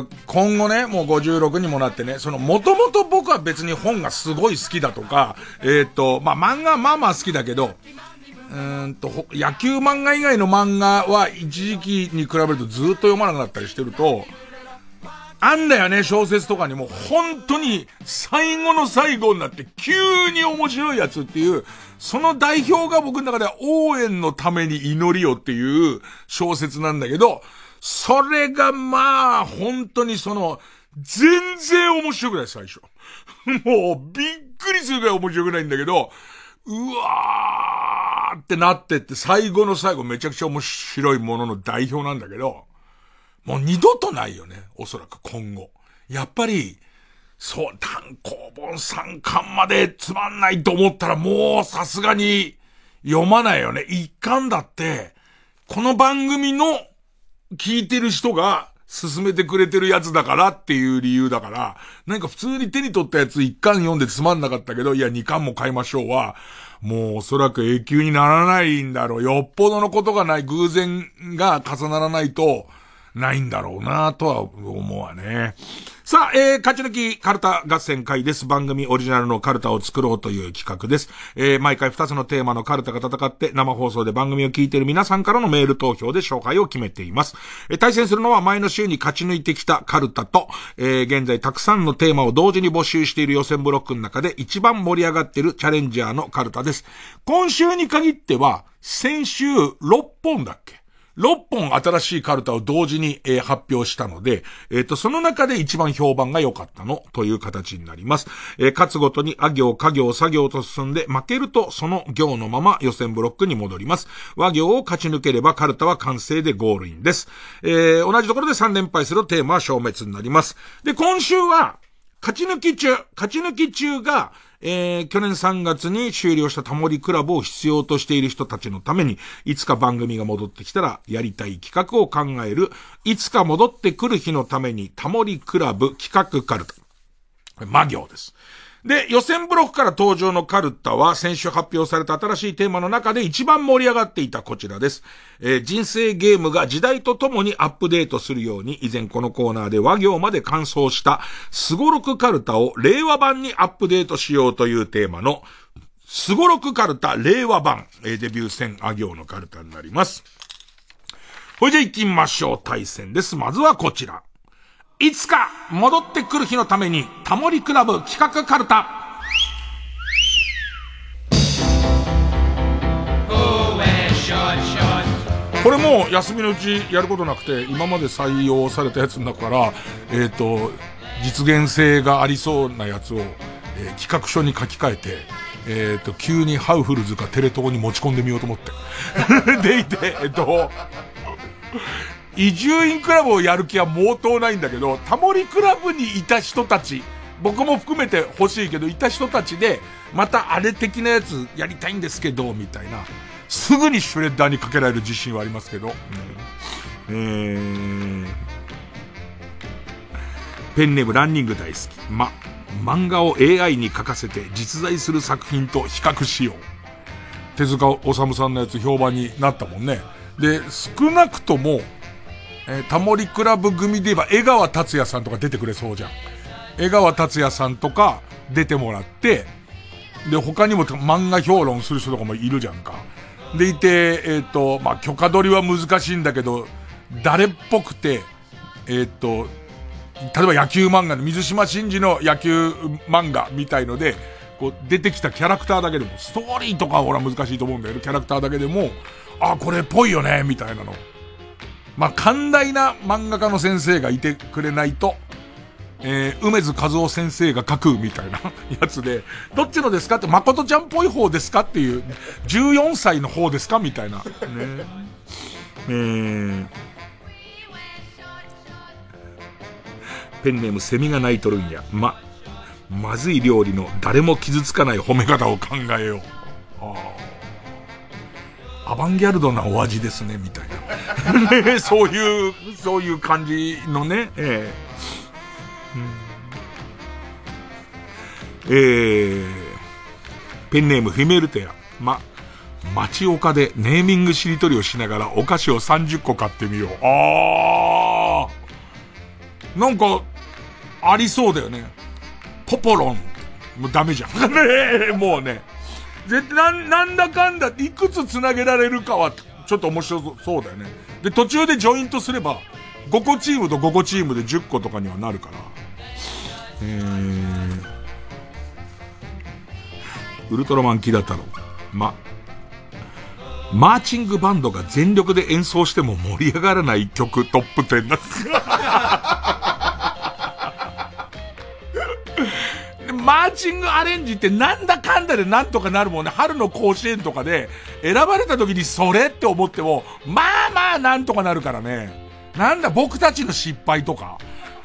今後ね、もうごじゅうろくにもなってね、その、もともと僕は別に本がすごい好きだとか、えっと、まあ、漫画まあまあ好きだけど、うーんと、野球漫画以外の漫画は一時期に比べるとずっと読まなくなったりしてると、あんだよね、小説とかにも本当に最後の最後になって急に面白いやつっていう、その代表が僕の中では応援のために祈りをっていう小説なんだけど、それがまあ本当にその全然面白くない最初。もうびっくりするぐらい面白くないんだけど、うわーってなってって最後の最後めちゃくちゃ面白いものの代表なんだけど、もう二度とないよね、おそらく今後。やっぱり、そう、単行本さんかんまでつまんないと思ったらもうさすがに読まないよね。一巻だって、この番組の聞いてる人が勧めてくれてるやつだからっていう理由だから、なんか普通に手に取ったやつ一巻読んでつまんなかったけど、いや二巻も買いましょうは、もうおそらく永久にならないんだろう。よっぽどのことがない、偶然が重ならないと、ないんだろうなとは思うわね。さあ、えー、勝ち抜きカルタ合戦会です。番組オリジナルのカルタを作ろうという企画です。えー、毎回ふたつのテーマのカルタが戦って生放送で番組を聞いている皆さんからのメール投票で勝敗を決めています。えー、対戦するのは前の週に勝ち抜いてきたカルタと、えー、現在たくさんのテーマを同時に募集している予選ブロックの中で一番盛り上がっているチャレンジャーのカルタです。今週に限っては、先週ろっぽんだっけろっぽん新しいカルタを同時に、えー、発表したので、えっと、その中で一番評判が良かったのという形になります。えー、勝つごとにあ行、家行、作業と進んで、負けるとその行のまま予選ブロックに戻ります。和行を勝ち抜ければカルタは完成でゴールインです。えー、同じところでさん連敗するテーマは消滅になります。で、今週は、勝ち抜き中、勝ち抜き中が、えー、去年さんがつに終了したタモリクラブを必要としている人たちのために、いつか番組が戻ってきたらやりたい企画を考える、いつか戻ってくる日のためにタモリクラブ企画カルタ。魔行です。で、予選ブロックから登場のカルタは先週発表された新しいテーマの中で一番盛り上がっていたこちらです。えー、人生ゲームが時代とともにアップデートするように以前このコーナーで和行まで完走したスゴロクカルタを令和版にアップデートしようというテーマのスゴロクカルタ令和版、えー、デビュー戦あ行のカルタになります。ほいじゃ行きましょう。対戦です。まずはこちら。いつか戻ってくる日のためにタモリクラブ企画カルタ。これも休みのうちやることなくて今まで採用されたやつの中からえっと実現性がありそうなやつを、えー、企画書に書き換えてえっと急にハウフルズかテレ東に持ち込んでみようと思ってでいてえっと移住院クラブをやる気は毛頭ないんだけど、タモリクラブにいた人たち、僕も含めて欲しいけど、いた人たちで、またあれ的なやつやりたいんですけど、みたいな。すぐにシュレッダーにかけられる自信はありますけど。うん、えー、ペンネームランニング大好き。ま、漫画を エーアイ に書かせて実在する作品と比較しよう。手塚治虫さんのやつ評判になったもんね。で、少なくとも、えー、タモリクラブ組で言えば江川達也さんとか出てくれそうじゃん。江川達也さんとか出てもらって、で、他にも漫画評論する人とかもいるじゃんか。でいて、えっと、まあ、許可取りは難しいんだけど、誰っぽくて、えっと、例えば野球漫画の水島新司の野球漫画みたいので、こう出てきたキャラクターだけでも、ストーリーとかは俺は難しいと思うんだよね。キャラクターだけでも、あ、これっぽいよね、みたいなの。まあ、寛大な漫画家の先生がいてくれないと、えー、梅津和夫先生が書くみたいなやつで、どっちのですかって、誠ちゃんっぽい方ですかっていう、じゅうよんさいの方ですかみたいな。ね。えー、ペンネームセミが鳴いとるんや。ま、 まずい料理の誰も傷つかない褒め方を考えよう。あアバンギャルドなお味ですね、みたいな。ね、そういう、そういう感じのね、えーうん、えー、ペンネームフィメルテア。ま、町岡でネーミングしりとりをしながらお菓子をさんじゅっこ買ってみよう。あー。なんか、ありそうだよね。ポポロン。もうダメじゃん。ねもうね。絶対な、なんだかんだいくつ繋げられるかはちょっと面白そうだよね。で、途中でジョイントすればごこチームとごこチームでじゅっことかにはなるから。えー、ウルトラマンキダ太郎。ま、マーチングバンドが全力で演奏しても盛り上がらない曲トップじゅうだ。マーチングアレンジってなんだかんだでなんとかなるもんね。春の甲子園とかで選ばれた時にそれって思っても、まあまあなんとかなるからね。なんだ僕たちの失敗とか。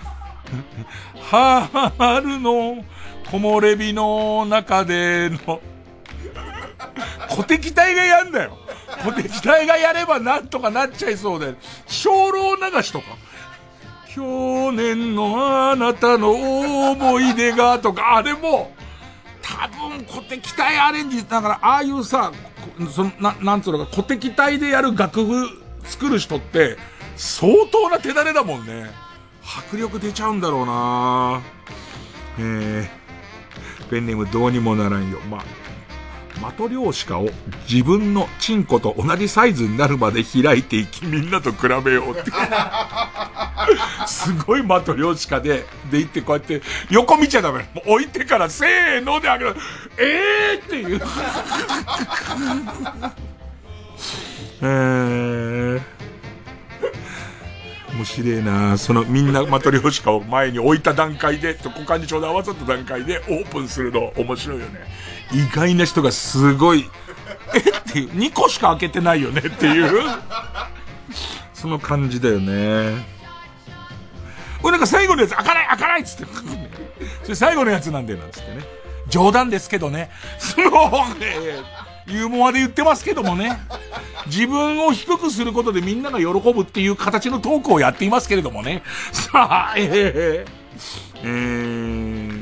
春の木漏れ日の中での小敵隊がやんだよ。小敵隊がやればなんとかなっちゃいそうで。精霊流しとか。去年のあなたの思い出がとか、あれも多分小敵隊アレンジだから、ああいうさ、そのななんつうのか小敵隊でやる楽譜作る人って相当な手だれだもんね。迫力出ちゃうんだろうな。えー、ペンネームどうにもならんよ。まマトリョーシカを自分のチンコと同じサイズになるまで開いていき、みんなと比べようってすごいマトリョーシカででいって、こうやって横見ちゃダメ。もう置いてからせーのであげる。えーっていうえー面白いな。そのみんなマトリョーシカを前に置いた段階でと股間にちょうど合わさった段階でオープンするの面白いよね。意外な人がすごいえっていうにこしか開けてないよねっていうその感じだよね。これなんか最後のやつ開かない開かないっつってそれ最後のやつなんだよなんつってね。冗談ですけどね。そのねユーモアで言ってますけどもね。自分を低くすることでみんなが喜ぶっていう形のトークをやっていますけれどもね。さあ、えー、えー、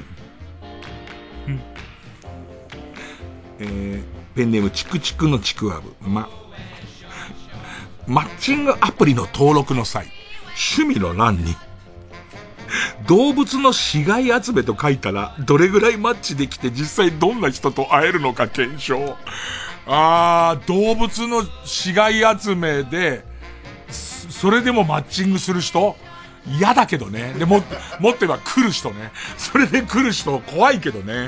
えー、ペンネームチクチクのチクワブ。ま、マッチングアプリの登録の際、趣味の欄に、動物の死骸集めと書いたら、どれぐらいマッチできて実際どんな人と会えるのか検証。あー、動物の死骸集めで、それでもマッチングする人嫌だけどね。でも、もっと言えば来る人ね。それで来る人怖いけどね。うん、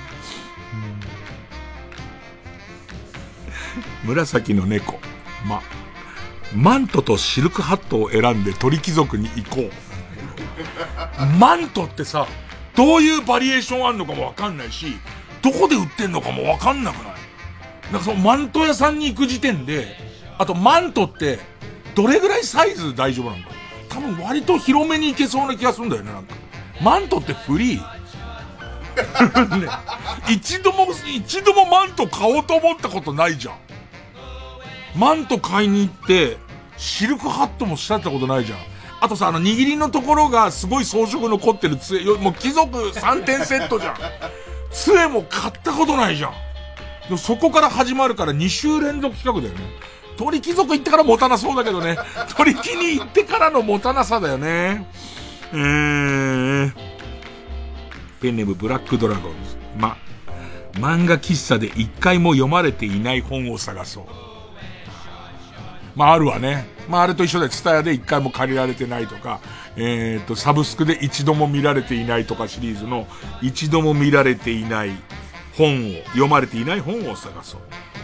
紫の猫。ま、マントとシルクハットを選んで鳥貴族に行こう。マントってさ、どういうバリエーションあんのかもわかんないし、どこで売ってんのかもわかんなくない？なんかそのマント屋さんに行く時点で、あとマントってどれぐらいサイズ大丈夫なんだ？多分割と広めに行けそうな気がするんだよね。なんかマントってフリー、ね、一度も一度もマント買おうと思ったことないじゃん。マント買いに行ってシルクハットもしたったことないじゃん。あとさ、あの握りのところがすごい装飾残ってる杖、もう貴族さんてんセットじゃん。杖も買ったことないじゃん。でもそこから始まるからに週連続企画だよね。鳥貴族行ってから持たなそうだけどね。鳥貴に行ってからの持たなさだよね。えー、ペンネームブラックドラゴンズ。ま、漫画喫茶で一回も読まれていない本を探そう。まああるわね。まああれと一緒でツタヤで一回も借りられてないとか、えっとサブスクで一度も見られていないとかシリーズの一度も見られていない本を、読まれていない本を探そう。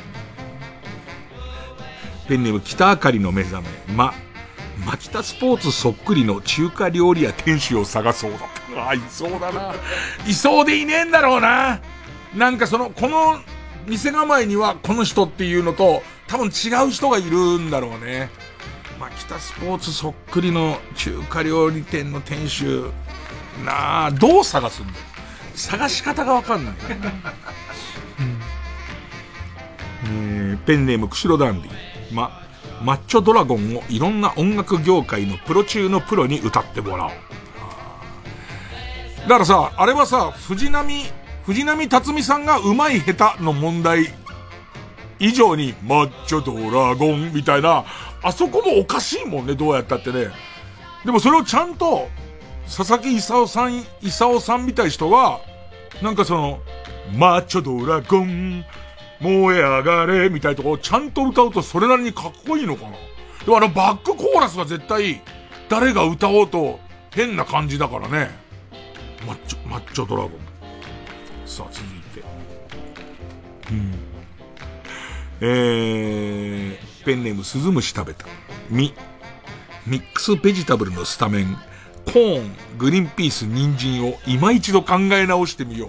ペンネーム北あかりの目覚め。ま、マキタスポーツそっくりの中華料理屋店主を探そうだ。あ、いそうだな。いそうでいねえんだろうな。なんかその、この店構えにはこの人っていうのと、多分違う人がいるんだろうね。マキタスポーツそっくりの中華料理店の店主なあ、どう探すんだよ。 探し方がわかんない、うんえー、ペンネーム釧路ダンディ、ま、マッチョドラゴンをいろんな音楽業界のプロ中のプロに歌ってもらおう。だからさ、あれはさ、藤波藤波辰巳さんが上手い下手の問題以上にマッチョドラゴンみたいな、あそこもおかしいもんね、どうやったってね。でもそれをちゃんと佐々木勲さん勲さんみたい人はなんかそのマッチョドラゴン燃え上がれみたいなところをちゃんと歌うとそれなりにかっこいいのかな。でもあのバックコーラスは絶対誰が歌おうと変な感じだからね。マッチョマッチョドラゴン。さあ続いて、うん、えー、ペンネームスズムシ食べた。ミミックスベジタブルのスタメン、コーン、グリーンピース、人参を今一度考え直してみよう。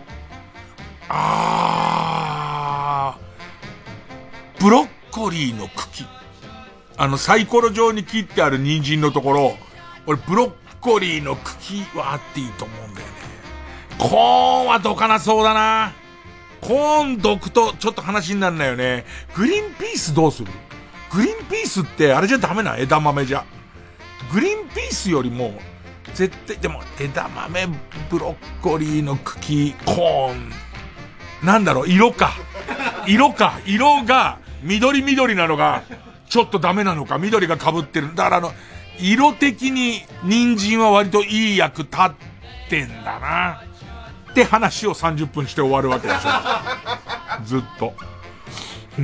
あー、ブロッコリーの茎、あのサイコロ状に切ってある人参のところ、俺ブロッコリーの茎はあっていいと思うんだよね。コーンはどかなそうだな。コーンどくとちょっと話になるんだよね。グリーンピースどうする？グリーンピースってあれじゃダメな、枝豆じゃ。グリーンピースよりも絶対、でも枝豆、ブロッコリーの茎、コーン、なんだろう、色か色か色が緑緑なのがちょっとダメなのか、緑が被ってる。だからあの色的に人参は割といい役立ってんだなって話をさんじゅっぷんして終わるわけでしょずっと、うん、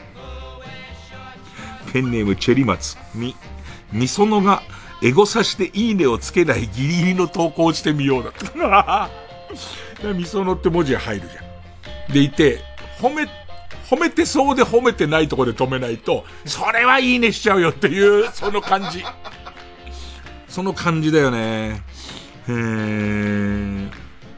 ペンネームチェリマツ、みみそのがエゴサしていいねをつけないギリギリの投稿をしてみようだったみそのって文字が入るじゃん。でいて、褒め褒めてそうで褒めてないところで止めないと、それはいいねしちゃうよっていうその感じその感じだよね。へー、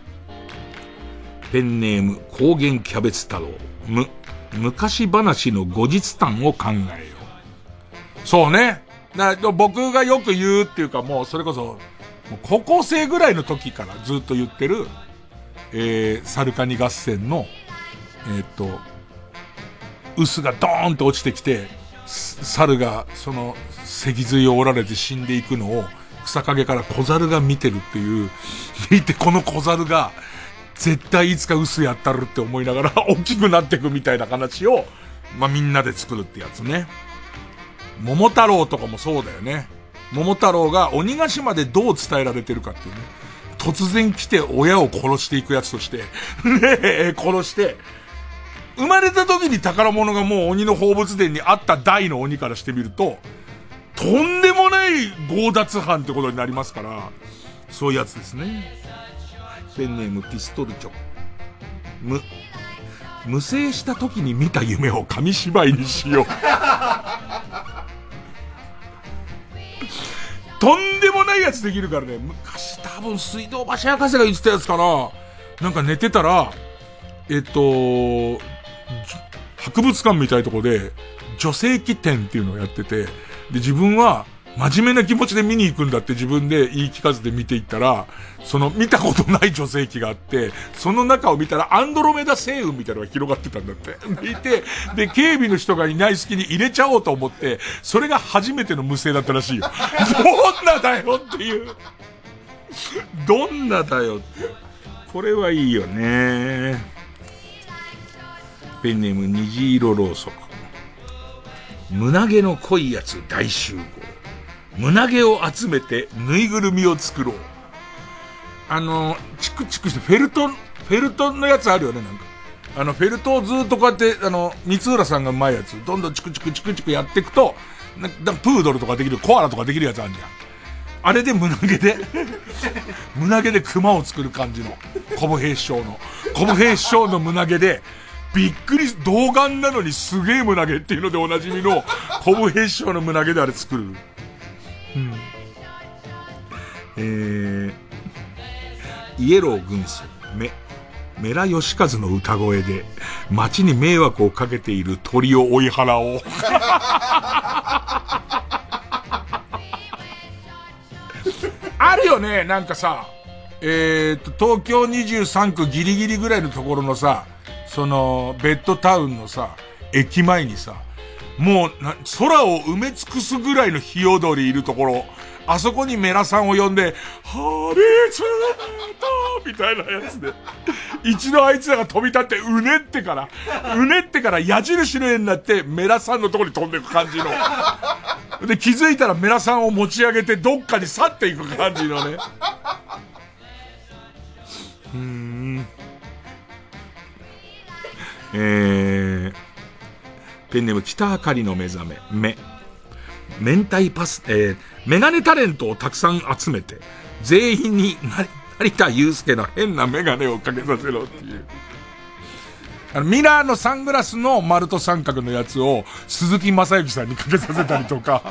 ペンネーム高原キャベツ太郎、む昔話の後日談を考えよう。そうね、だ僕がよく言うっていうか、もうそれこそもう高校生ぐらいの時からずっと言ってる、えー、サルカニ合戦のえー、っと臼がドーンと落ちてきて、猿がその脊髄を折られて死んでいくのを草陰から小猿が見てるっていう、見てこの小猿が絶対いつか臼やったるって思いながら大きくなっていくみたいな話を、まあ、みんなで作るってやつね。桃太郎とかもそうだよね。桃太郎が鬼ヶ島でどう伝えられてるかっていうね。突然来て親を殺していくやつとしてねえ、殺して生まれた時に宝物がもう鬼の放物殿にあった大の鬼からしてみるととんでもない強奪犯ってことになりますから、そういうやつですね。ペンネームピストルチョ、む無声した時に見た夢を紙芝居にしようとんでもないやつできるからね。昔多分水道橋博士が言ってたやつかな。なんか寝てたらえっと博物館みたいなとこで女性器展っていうのをやってて、で自分は真面目な気持ちで見に行くんだって自分で言い聞かせて見ていったら、その見たことない女性器があって、その中を見たらアンドロメダ星雲みたいなのが広がってたんだって。でいて、で警備の人がいない隙に入れちゃおうと思って、それが初めての無声だったらしいよ。どんなだよっていう。どんなだよって。これはいいよね。ペンネーム虹色ろうそく、胸毛の濃いやつ大集合、胸毛を集めてぬいぐるみを作ろう。あのチクチクしてフェルトフェルトのやつあるよね。なんかあのフェルトをずっとこうやってあの三浦さんがうまいやつどんどんチクチクチクチクやっていくとなんかプードルとかできる、コアラとかできるやつあるじゃん。あれで胸毛で胸毛で熊を作る感じのコブ兵師匠のコブ兵師匠の胸毛でびっくり、童顔なのにすげえ胸毛っていうのでおなじみのコブ兵師匠の胸毛であれ作る。うん、えー、イエロー軍曹メメラヨシカズの歌声で街に迷惑をかけている鳥を追い払おう。あるよね、なんかさ、 えーっと、東京にじゅうさんくギリギリぐらいのところのさ、その、ベッドタウンのさ、駅前にさ、もうな、空を埋め尽くすぐらいのヒヨドリいるところ、あそこにメラさんを呼んで、ハリツートみたいなやつで、一度あいつらが飛び立って、うねってから、うねってから矢印の絵になって、メラさんのところに飛んでいく感じの。で、気づいたらメラさんを持ち上げて、どっかに去っていく感じのね。うーん。えー、ペンネーム北あかりの目覚め、目。明太パス、えー、メガネタレントをたくさん集めて、全員に成田悠介の変なメガネをかけさせろっていう。あの、ミラーのサングラスの丸と三角のやつを鈴木正幸さんにかけさせたりとか。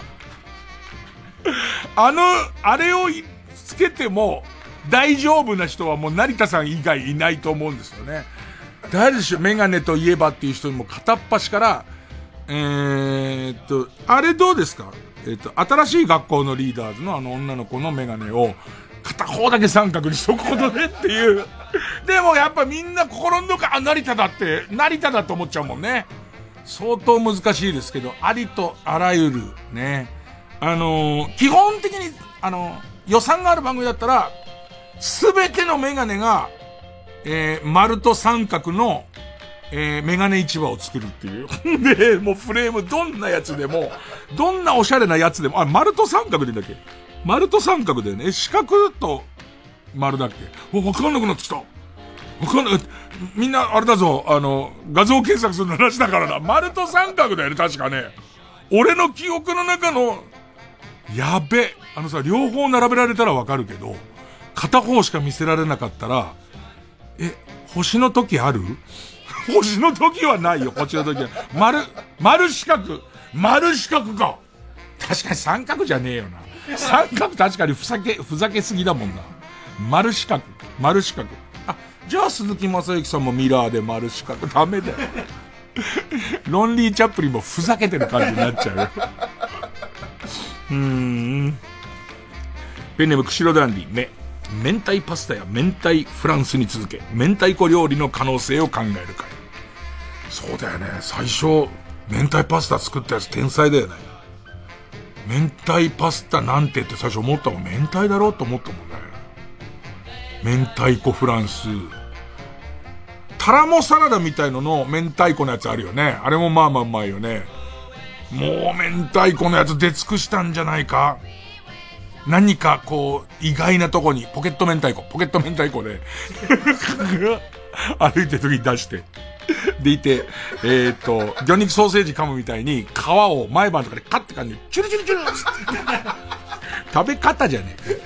あの、あれをつけても大丈夫な人はもう成田さん以外いないと思うんですよね。誰でしょう、メガネといえばっていう人にも片っ端から、えーっと、あれどうですか？えーっと、新しい学校のリーダーズのあの女の子のメガネを片方だけ三角にしとくことでっていう。でもやっぱみんな心のどこか、あ、成田だって、成田だと思っちゃうもんね。相当難しいですけど、ありとあらゆるね。あのー、基本的に、あのー、予算がある番組だったら、すべてのメガネが、えー、丸と三角の、えー、メガネ市場を作るっていう。で、もうフレームどんなやつでも、どんなおしゃれなやつでも、あ、丸と三角でいいんだっけ？丸と三角だよね。四角と丸だっけ？お、わかんなくなってきた。わかんない。みんな、あれだぞ、あの、画像検索するの話だからな。丸と三角だよね、確かね。俺の記憶の中の、やべ。あのさ、両方並べられたらわかるけど、片方しか見せられなかったら、え、星の時ある？星の時はないよ、星の時は。丸、丸四角。丸四角か。確かに三角じゃねえよな。三角確かにふざけ、ふざけすぎだもんな。丸四角。丸四角。あ、じゃあ鈴木正幸さんもミラーで丸四角。ダメだよ。ロンリーチャップリンもふざけてる感じになっちゃうよ。うーん。ペンネーム釧路ダンディ、目。明太パスタや明太フランスに続け、明太子料理の可能性を考える会。そうだよね。最初、明太パスタ作ったやつ天才だよね。明太パスタなんてって最初思ったもん。明太だろうと思ったもんね。明太子フランス。タラモサラダみたいのの明太子のやつあるよね。あれもまあまあうまいよね。もう明太子のやつ出尽くしたんじゃないか。何かこう意外なとこにポケット明太子、ポケット明太子で歩いてる時に出してでいて、えー、っと魚肉ソーセージ噛むみたいに皮を前歯とかでカッて感じでチュルチュルチュル食べ方じゃねえ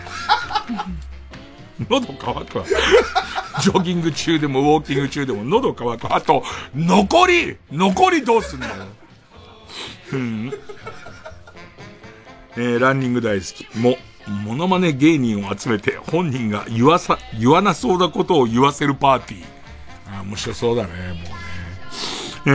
喉乾くわジョギング中でもウォーキング中でも喉乾く。あと残り残りどうすんだよ。うんえー、ランニング大好き。も、モノマネ芸人を集めて本人が言わさ、言わなそうなことを言わせるパーティー。あ、面白そうだね、もうね。え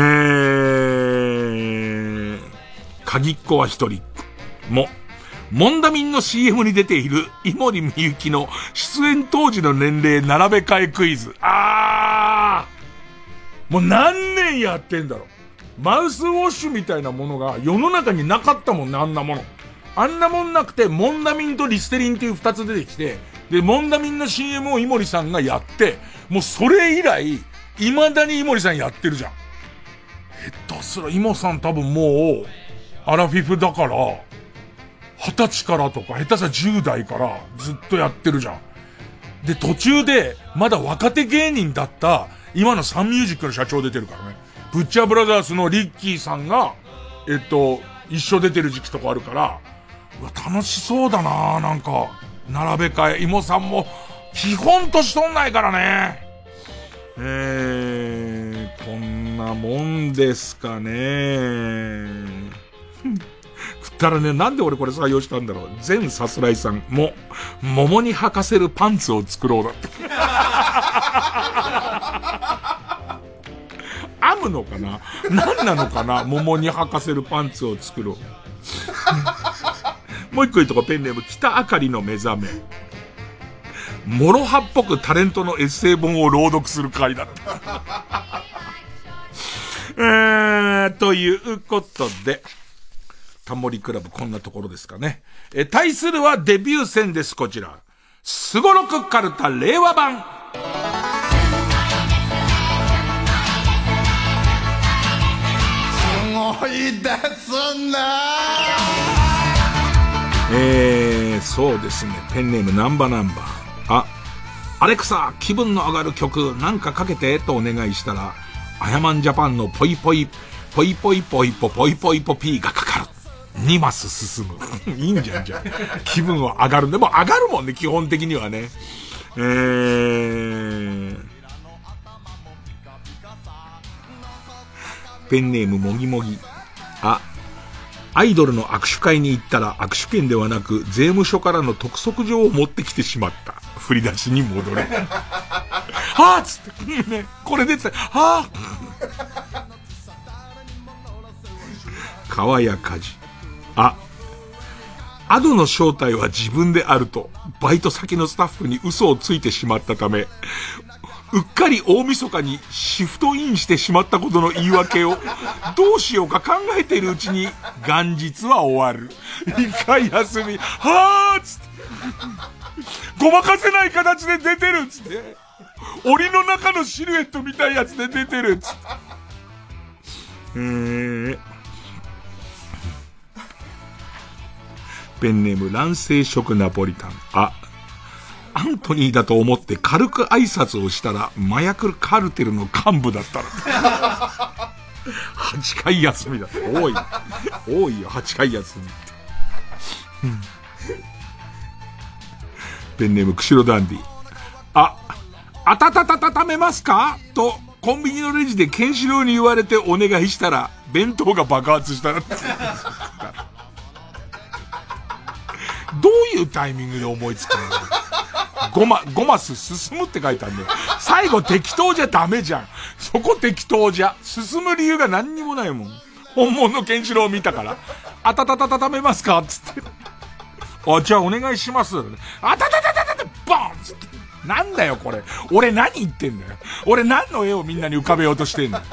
ー、鍵っ子は一人。も、モンダミンの シーエム に出ている井森美幸の出演当時の年齢並べ替えクイズ。あーもう何年やってんだろう。マウスウォッシュみたいなものが世の中になかったもんね、あんなもの。あんなもんなくて、モンダミンとリステリンっていう二つ出てきて、で、モンダミンの シーエム を井森さんがやって、もうそれ以来、未だに井森さんやってるじゃん。下手すら、井森さん多分もう、アラフィフだから、二十歳からとか、下手すらじゅう代からずっとやってるじゃん。で、途中で、まだ若手芸人だった、今のサンミュージックの社長出てるからね。ブッチャーブラザースのリッキーさんが、えっと、一緒出てる時期とかあるから、うわ、楽しそうだなぁ、なんか、並べ替え、芋さんも、基本年取んないからね。えー、こんなもんですかね。食ったらね、なんで俺これ採用したんだろう。全さすらいさんも、桃に履かせるパンツを作ろうだって。編むのかな？何なのかな？桃に履かせるパンツを作ろう。もう一個いいとこ、ペンネーム北あかりの目覚め。 モロハっぽくタレントのエッセイ本を朗読する回だった。えー、ということで、タモリクラブこんなところですかね。え、対するはデビュー戦です、こちら。スゴロクカルタ令和版。 すごいですね。 えー、そうですね。ペンネームナンバナンバー。あ、アレクサ、気分の上がる曲なんかかけてとお願いしたら、アヤマンジャパンのポイポイ、ポイポイポイポポイポイポピーがかかる。にマス進む。いいんじゃんじゃん。気分は上がる。でも上がるもんね、基本的にはね。えー、ペンネームもぎもぎ。あ、アイドルの握手会に行ったら握手券ではなく税務署からの督促状を持ってきてしまった。振り出しに戻れ。はぁっつって、ね、これでつって、はぁ川谷かじ。あ、アドの正体は自分であると、バイト先のスタッフに嘘をついてしまったため、うっかり大晦日にシフトインしてしまったことの言い訳を、どうしようか考えているうちに、元日は終わる。一回休み、はぁーっつって、ごまかせない形で出てるっつって、檻の中のシルエットみたいやつで出てるっつって。えーペンネーム卵性食ナポリタン。あ、アントニーだと思って軽く挨拶をしたら麻薬カルテルの幹部だったらはちかい休みだ。多い多いよはちかい休みって、うん、ペンネーム釧路ダンディ。あ、あたたたたためますかとコンビニのレジでケンシロウに言われてお願いしたら弁当が爆発したらどういうタイミングで思いつくの？ごま、ごマス進むって書いてあるんだよ。最後適当じゃダメじゃん。そこ適当じゃ。進む理由が何にもないもん。本物のケンシロウ見たから。あたたたたためますかつって。あ、じゃあお願いします。あたたたたたたボンつって。なんだよこれ。俺何言ってんだよ。俺何の絵をみんなに浮かべようとしてんの。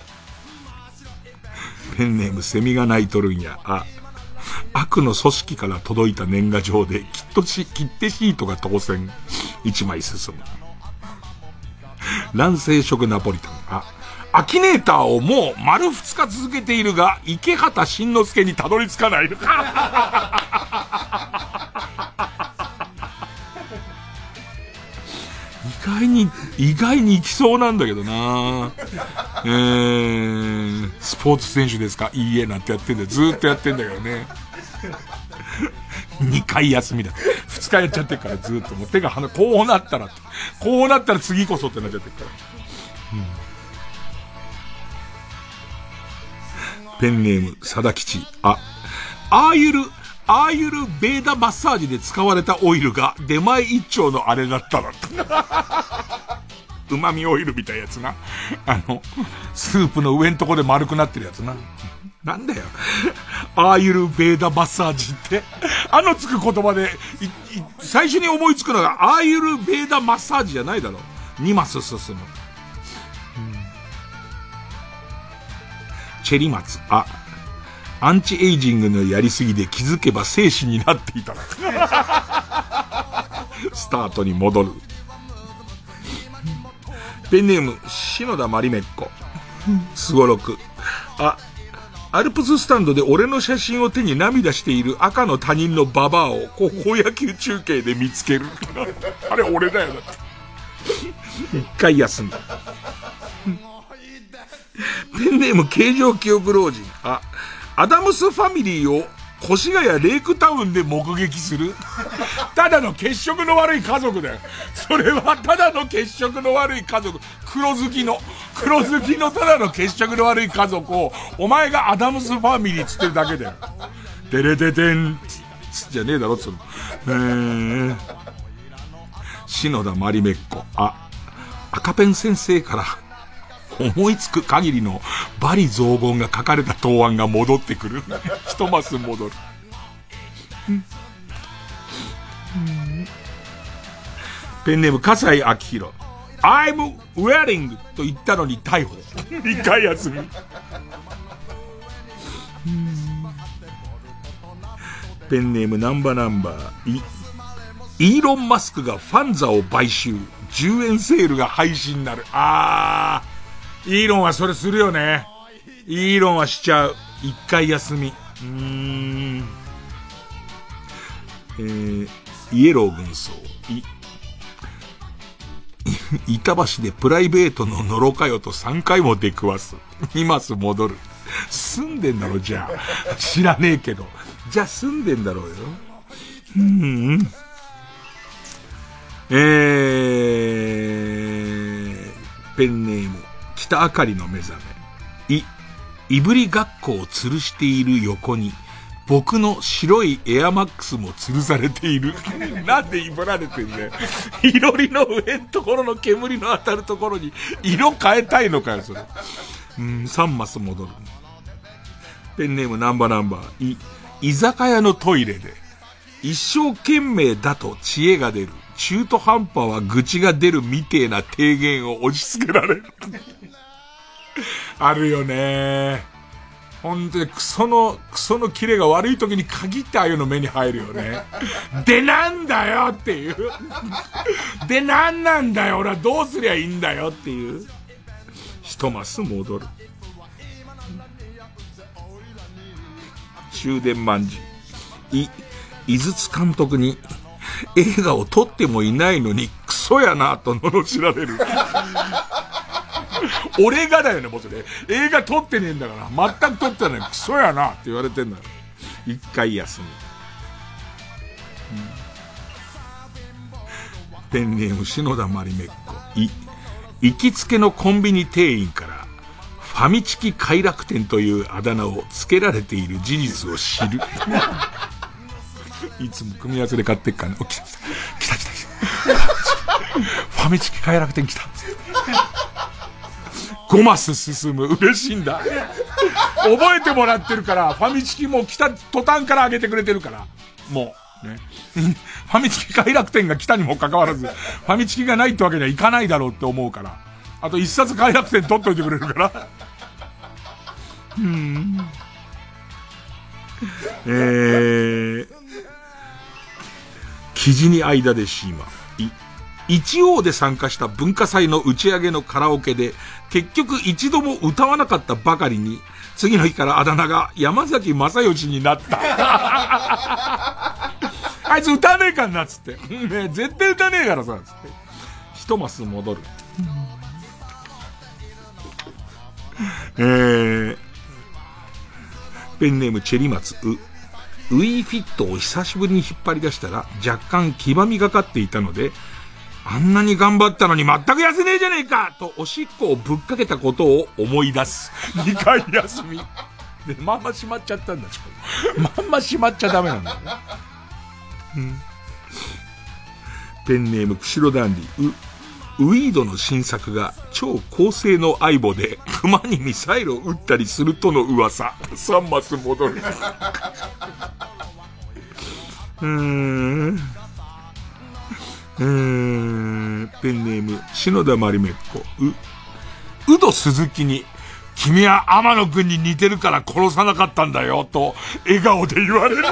ペンネームセミが鳴いとるんや。あ、悪の組織から届いた年賀状できっとし切手シートが当選。一枚進む。卵性食ナポリタン。あ、アキネーターをもう丸二日続けているが池畑慎之介にたどり着かない。意外に意外に行きそうなんだけどな。えー、スポーツ選手ですか？いいえなんてやってんだよ。ずーっとやってんだけどね。にかい休みだ。ふつかやっちゃってるからずーっともう手が離こうなったらこうなったら次こそってなっちゃってるから、うん、ペンネーム佐田吉。あ、アーユルアーユルベーダマッサージで使われたオイルが出前一丁のあれだったら旨味オイルみたいなやつな。あのスープの上んとこで丸くなってるやつな。なんだよアーユルベーダマッサージって。あのつく言葉でいい最初に思いつくのがアーユルベーダマッサージじゃないだろ。にマス進む、うん、チェリマツ。あ、アンチエイジングのやりすぎで気づけば生死になっていたらスタートに戻る。ペンネーム篠田まりめっこ。すごろく。あ、アルプススタンドで俺の写真を手に涙している赤の他人のババアを高校野球中継で見つける。あれ俺だよだって。一回休んだ。ペンネーム形状記憶老人。あ、アダムスファミリーを越谷レイクタウンで目撃する。ただの血色の悪い家族だよ。それはただの血色の悪い家族。黒好きの、黒好きのただの血色の悪い家族を、お前がアダムスファミリーつってるだけだよ。デレデデンつじゃねえだろっつうの。えー、篠田まりめっこ。あ、赤ペン先生から思いつく限りの罵詈雑言が書かれた答案が戻ってくる。一マス戻る。 ペンネーム笠井明宏。I'm wearing と言ったのに逮捕。一回休み。ペンネームナンバナンバー。イーロンマスクがファンザを買収。じゅうえんセールが廃止になる。あー、イーロンはそれするよね。イーロンはしちゃう。一回休み。うーん。えー、イエロー軍曹。い、板橋でプライベートののろかよとさんかいも出くわす。今す戻る。住んでんだろ、じゃあ。知らねえけど。じゃあ住んでんだろうよ。うん。えー、ペンネーム、北あかりの目覚め。い、いぶりがっこを吊るしている横に、僕の白いエアマックスも吊るされている。なんでいぶられてんだよ。いろりの上のところの煙の当たるところに色変えたいのかよ、それ。うん、さんマス戻る。ペンネームナンバナンバー。い、居酒屋のトイレで、一生懸命だと知恵が出る。中途半端は愚痴が出るみてえな提言を押し付けられる。あるよね。本当にクソの、クソのキレが悪い時に限ってああいうの目に入るよね。でなんだよっていう。でなんなんだよ、俺はどうすりゃいいんだよっていう。一マス戻る。終電万事。い、井筒監督に映画を撮ってもいないのにクソやなと罵られる。俺がだよね、もっとね。映画撮ってねえんだから。全く撮ってない。クソやなって言われてんだよ。一回休み。うん、ペンネーム篠田まりめっこ。い、行きつけのコンビニ店員からファミチキ快楽天というあだ名を付けられている事実を知る。いつも組み合わせで買ってっからね。来た来た来た来たファミチキ快楽天来た。ごマス進む。嬉しいんだ。覚えてもらってるから、ファミチキも来た途端からあげてくれてるから。もう、ね。ファミチキ快楽天が来たにもかかわらず、ファミチキがないってわけにはいかないだろうって思うから。あと一冊快楽天取っといてくれるから。うーん。えー、生地に間でシーマ。い、一応で参加した文化祭の打ち上げのカラオケで、結局一度も歌わなかったばかりに、次の日からあだ名が山崎正義になった。あいつ歌わねえかんなっつって。ね、絶対歌ねえからさ、つって。一マス戻る。えー、ペンネームチェリマツ。ウウィーフィットを久しぶりに引っ張り出したら若干黄ばみがかっていたので、あんなに頑張ったのに全く痩せねえじゃねえかとおしっこをぶっかけたことを思い出す。にかい休み。で、まんましまっちゃったんだ。まんましまっちゃダメなんだよね。うん、ペンネーム釧路ダンディ。ウウィードの新作が超高性能相棒で熊にミサイルを撃ったりするとの噂。さんマス戻る。うーん。うーん。ペンネーム篠田まりめっこ。う、ウド鈴木に君は天野くんに似てるから殺さなかったんだよと笑顔で言われる。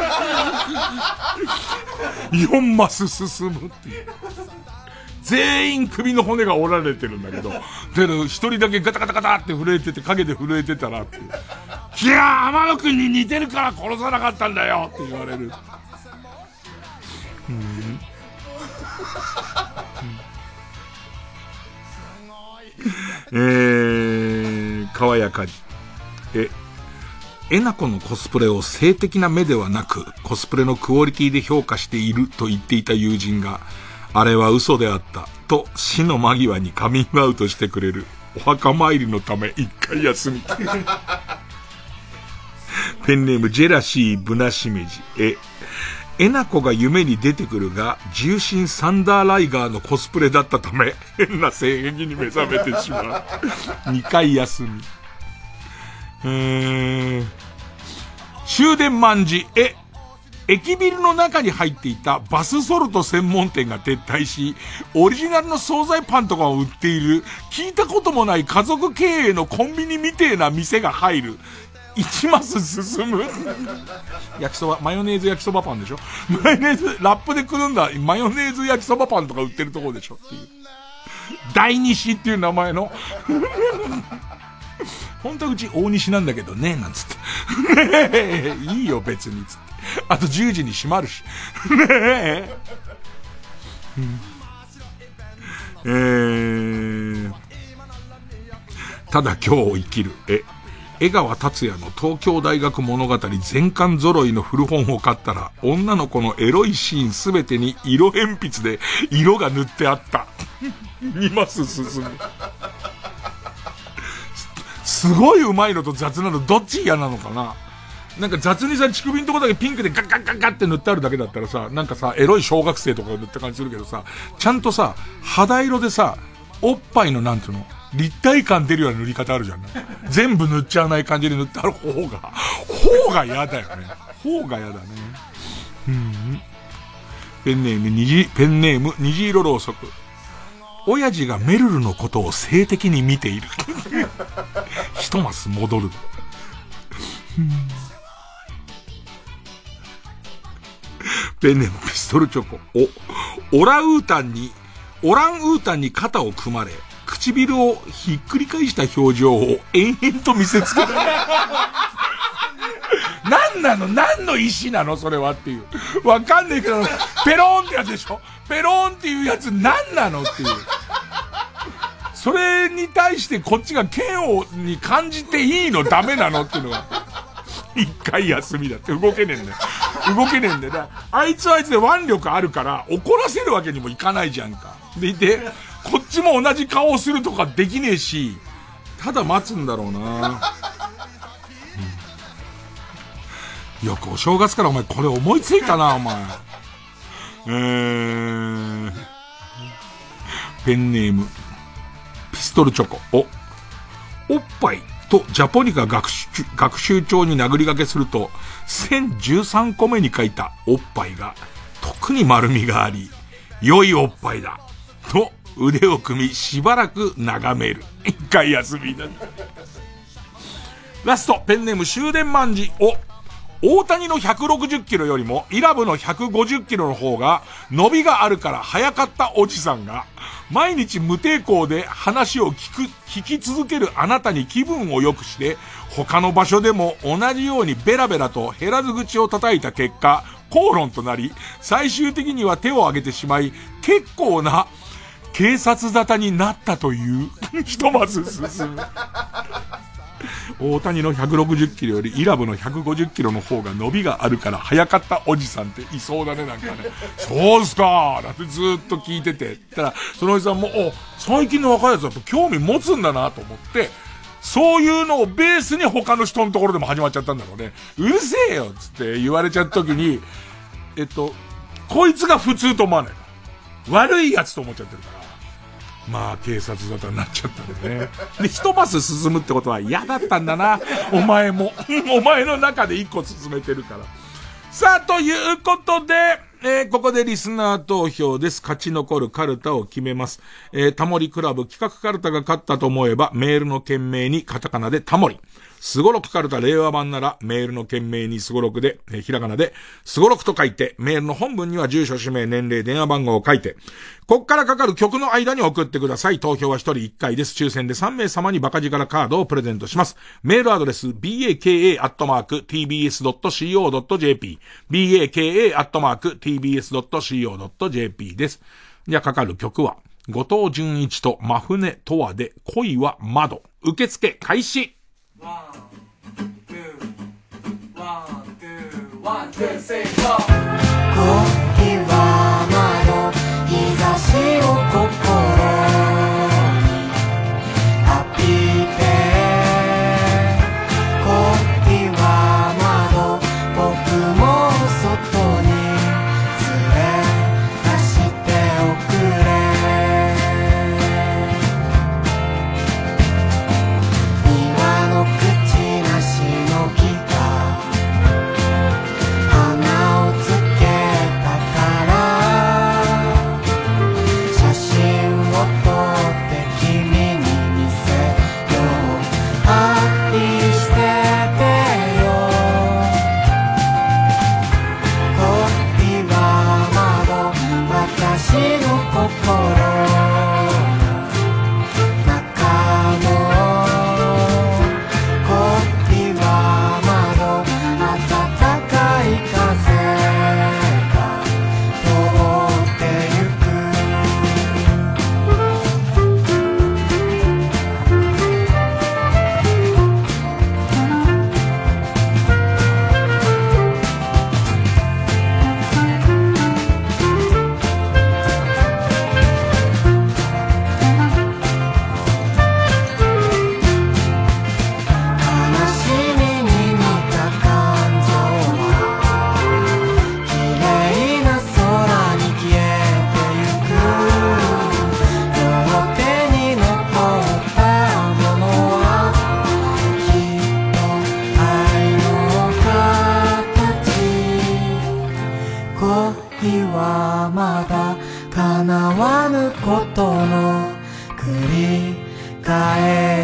よんマス進むっていう。全員首の骨が折られてるんだけど、で、一人だけガタガタガタって震えてて、影で震えてたらって。いやー、天野くんに似てるから殺さなかったんだよって言われる。うん、えー、川やかに。え、えなこのコスプレを性的な目ではなく、コスプレのクオリティで評価していると言っていた友人が、あれは嘘であったと死の間際にカミングアウトしてくれる。お墓参りのため一回休み。ペンネームジェラシーブナシメジ。え、えなこが夢に出てくるが重心サンダーライガーのコスプレだったため変な性癖に目覚めてしまう。にかい休み。うーん。終電万事。え駅ビルの中に入っていたバスソルト専門店が撤退し、オリジナルの惣菜パンとかを売っている、聞いたこともない家族経営のコンビニみてえな店が入る。一マス進む焼きそば、マヨネーズ焼きそばパンでしょ。マヨネーズ、ラップでくるんだマヨネーズ焼きそばパンとか売ってるところでしょっていう。大西っていう名前の。本当はうち大西なんだけどね、なんつって。いいよ別に、つって。あとじゅうじに閉まるし。ねえ。えー、ただ今日を生きる。え、江川達也の東京大学物語全巻揃いの古本を買ったら、女の子のエロいシーンすべてに色鉛筆で色が塗ってあった。にマス進む。すごい上手いのと雑なのどっち嫌なのかな。なんか雑にさ、乳首のとこだけピンクでガッガッガッガッって塗ってあるだけだったらさ、なんかさ、エロい小学生とかが塗った感じするけどさ、ちゃんとさ、肌色でさ、おっぱいのなんていうの立体感出るような塗り方あるじゃん、ね。全部塗っちゃわない感じで塗ってある方が、方が嫌だよね。方が嫌だね。うん。ペンネーム、虹、ペンネーム、虹色ろうそく。親父がメルルのことを性的に見ている。ひとマス戻る。ペンネームピストルチョコ。お、オラウータンに、オランウータンに肩を組まれ、唇をひっくり返した表情を延々と見せつける。何なの何の意思なのそれはっていう。わかんないけど、ペローンってやつでしょペローンっていうやつ何なのっていう。それに対してこっちが嫌悪に感じていいのダメなのっていうのが。一回休みだって動けねえんだよ。動けねえんだよ。あいつはあいつで腕力あるから怒らせるわけにもいかないじゃんか。でいて、こっちも同じ顔をするとかできねえし、ただ待つんだろうな。うん、よくお正月からお前これ思いついたな、お前。えー、ペンネーム、ピストルチョコ。お、おっぱいとジャポニカ学習、学習帳に殴りかけすると、せんじゅうさんこめに書いたおっぱいが、特に丸みがあり、良いおっぱいだ。と、腕を組み、しばらく眺める。一回休みだ。ラスト、ペンネーム終電万事。お、大谷のひゃくろくじゅっキロよりも、イラブのひゃくごじゅっキロの方が、伸びがあるから早かったおじさんが、毎日無抵抗で話を聞く、聞き続けるあなたに気分を良くして、他の場所でも同じようにベラベラと減らず口を叩いた結果、口論となり、最終的には手を挙げてしまい、結構な警察沙汰になったという、ひとまず進む。大谷のひゃくろくじゅっキロよりイラブのひゃくごじゅっキロの方が伸びがあるから早かったおじさんっていそうだね、なんかね。そうっすかーなんてずーっと聞いてて。たら、そのおじさんも、お、最近の若いやつは興味持つんだなと思って、そういうのをベースに他の人のところでも始まっちゃったんだろうね。うるせえよつって言われちゃった時に、えっと、こいつが普通と思わない。悪いやつと思っちゃってるから。まあ、警察沙汰になっちゃったんでね。で、一マス進むってことは嫌だったんだな。お前も。お前の中で一個進めてるから。さあ、ということで、えー、ここでリスナー投票です。勝ち残るカルタを決めます。えー、タモリクラブ企画カルタが勝ったと思えば、メールの件名にカタカナでタモリ。スゴロクカルタ令和版なら、メールの件名にスゴロクで、えー、ひらがなで、スゴロクと書いて、メールの本文には住所、氏名、年齢、電話番号を書いて、こっからかかる曲の間に送ってください。投票はひとりいっかいです。抽選でさんめい様にバカ力カードをプレゼントします。メールアドレス、バカ アットマーク ティービーエスドットシーオードットジェーピー、バカ アットマーク ティービーエスドットシーオードットジェーピー です。じゃあかかる曲は、後藤純一と真船とわで恋は窓。受付開始。 One, two, three, four. 恋は窓、日差しを心に浴びて。恋は窓、僕も外に連れ出しておくれ。庭の口なしの木が花を摘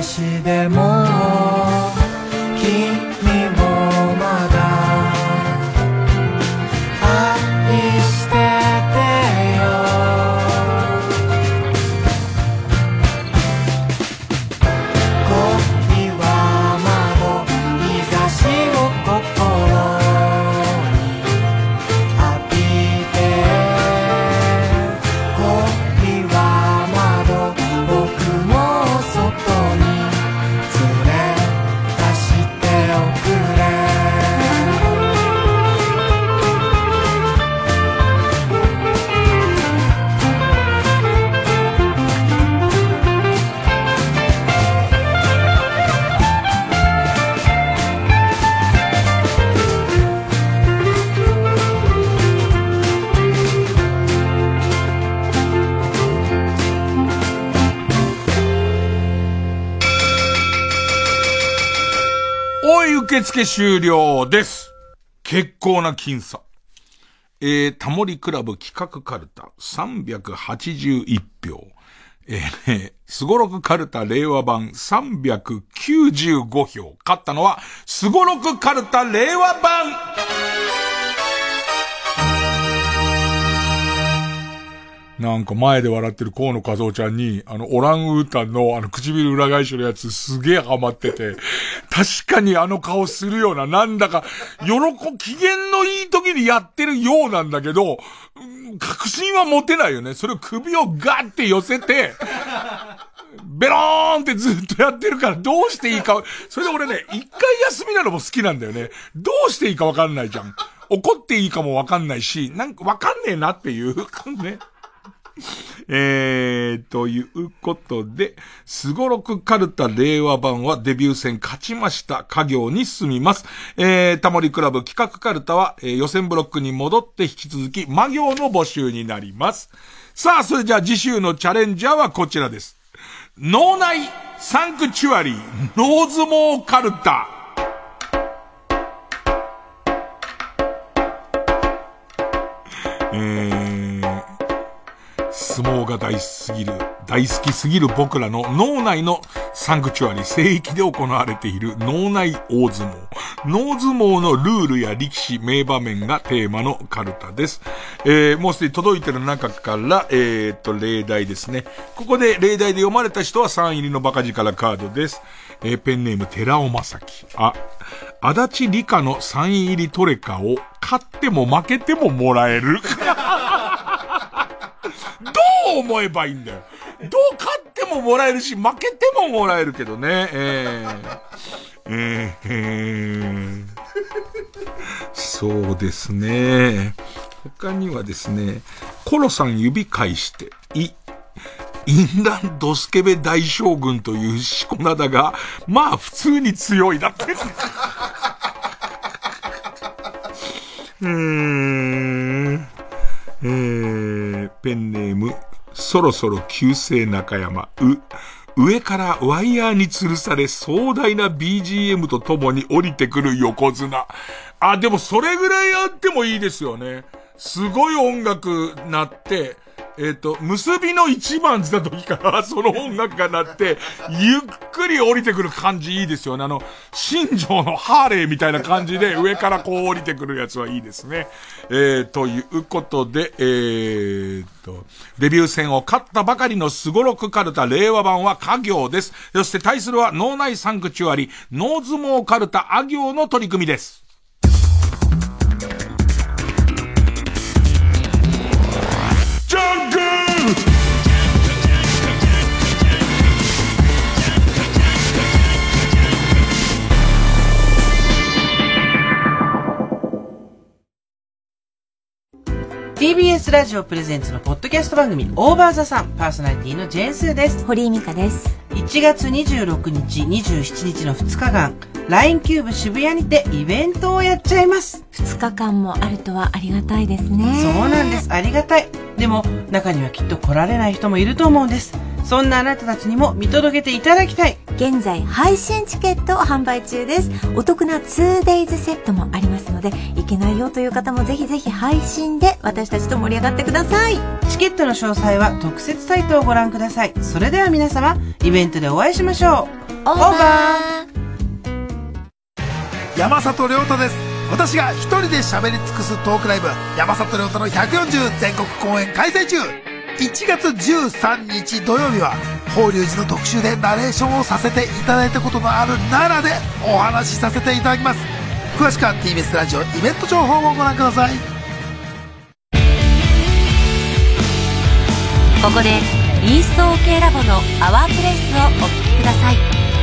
しでも君もまだ愛しててよ恋は窓日差しを心に浴びて恋は窓僕も外に連れ出しておくれおい、受付終了です。結構な僅差。えー、タモリクラブ企画カルタさんびゃくはちじゅういち票。えー、すごろくカルタ令和版さんびゃくきゅうじゅうご票。勝ったのは、すごろくカルタ令和版。なんか前で笑ってる河野和夫ちゃんに、あの、オランウータンのあの唇裏返しのやつすげえハマってて、確かにあの顔するような、なんだか、喜、機嫌のいい時にやってるようなんだけど、確信は持てないよね。それを首をガッて寄せて、ベローンってずっとやってるからどうしていいか、それで俺ね、一回休みなのも好きなんだよね。どうしていいかわかんないじゃん。怒っていいかもわかんないし、なんかわかんねえなっていう、ね。えー、ということで、すごろくカルタ令和版はデビュー戦勝ちました家業に進みます。えー、タモリクラブ企画カルタは、えー、予選ブロックに戻って引き続き魔行の募集になります。さあ、それじゃあ次週のチャレンジャーはこちらです。脳内サンクチュアリー脳相撲カルタ。えー、相撲が大好きすぎる、大好きすぎる僕らの脳内のサンクチュアリ、聖域で行われている脳内大相撲。脳相撲のルールや力士、名場面がテーマのカルタです。えー、もうすでに届いてる中から、えーっと、例題ですね。ここで例題で読まれた人はさん入りのバカ力カードです。えー、ペンネーム寺尾正樹。あ、足立理香のさん入りトレカを買っても負けてももらえる。どう思えばいいんだよ。どう勝ってももらえるし、負けてももらえるけどね。えー、えー、えー、そうですね。他にはですね、コロさん指返して、い、インランドスケベ大将軍というしこなだが、まあ普通に強いだって。うーん。えー、ペンネーム、そろそろ旧姓中山、う、上からワイヤーに吊るされ壮大な ビージーエム とともに降りてくる横綱。あ、でもそれぐらいあってもいいですよね。すごい音楽なって、えっと、結びの一番した時からその音楽が鳴って、ゆっくり降りてくる感じいいですよね。あの、新庄のハーレーみたいな感じで上からこう降りてくるやつはいいですね。えー、ということで、えーと、デビュー戦を勝ったばかりのすごろくカルタ令和版は家業です。そして対するは脳内サンクチュアリ、脳相撲カルタあ行の取り組みです。 ティービーエス ラジオプレゼンツのポッドキャスト番組オーバーザさん、パーソナリティのジェーンスーです。 堀井美香です。 いちがつにじゅうろくにち、にじゅうしちにちのふつかかん、ライン キューブ渋谷にてイベントをやっちゃいます。 ふつかかんもあるとはありがたいですね。 そうなんです、ありがたい。でも中にはきっと来られない人もいると思うんです。そんなあなたたちにも見届けていただきたい。 現在配信チケットを販売中です。お得な ツーデイズ セットもありますので、行けないよという方もぜひぜひ配信で私たちと盛り上がってください。 チケットの詳細は特設サイトをご覧ください。それでは皆様、イベントでお会いしましょう。 オーバー。 山里亮太です。私が一人で喋り尽くすトークライブ、山里亮太のひゃくよんじゅう全国公演開催中。いちがつじゅうさんにち土曜日は法隆寺の特集でナレーションをさせていただいたことのある奈良でお話しさせていただきます。詳しくは ティービーエス ラジオイベント情報をご覧ください。 ここでイースト OK ラボのアワープレイスをお聴きください。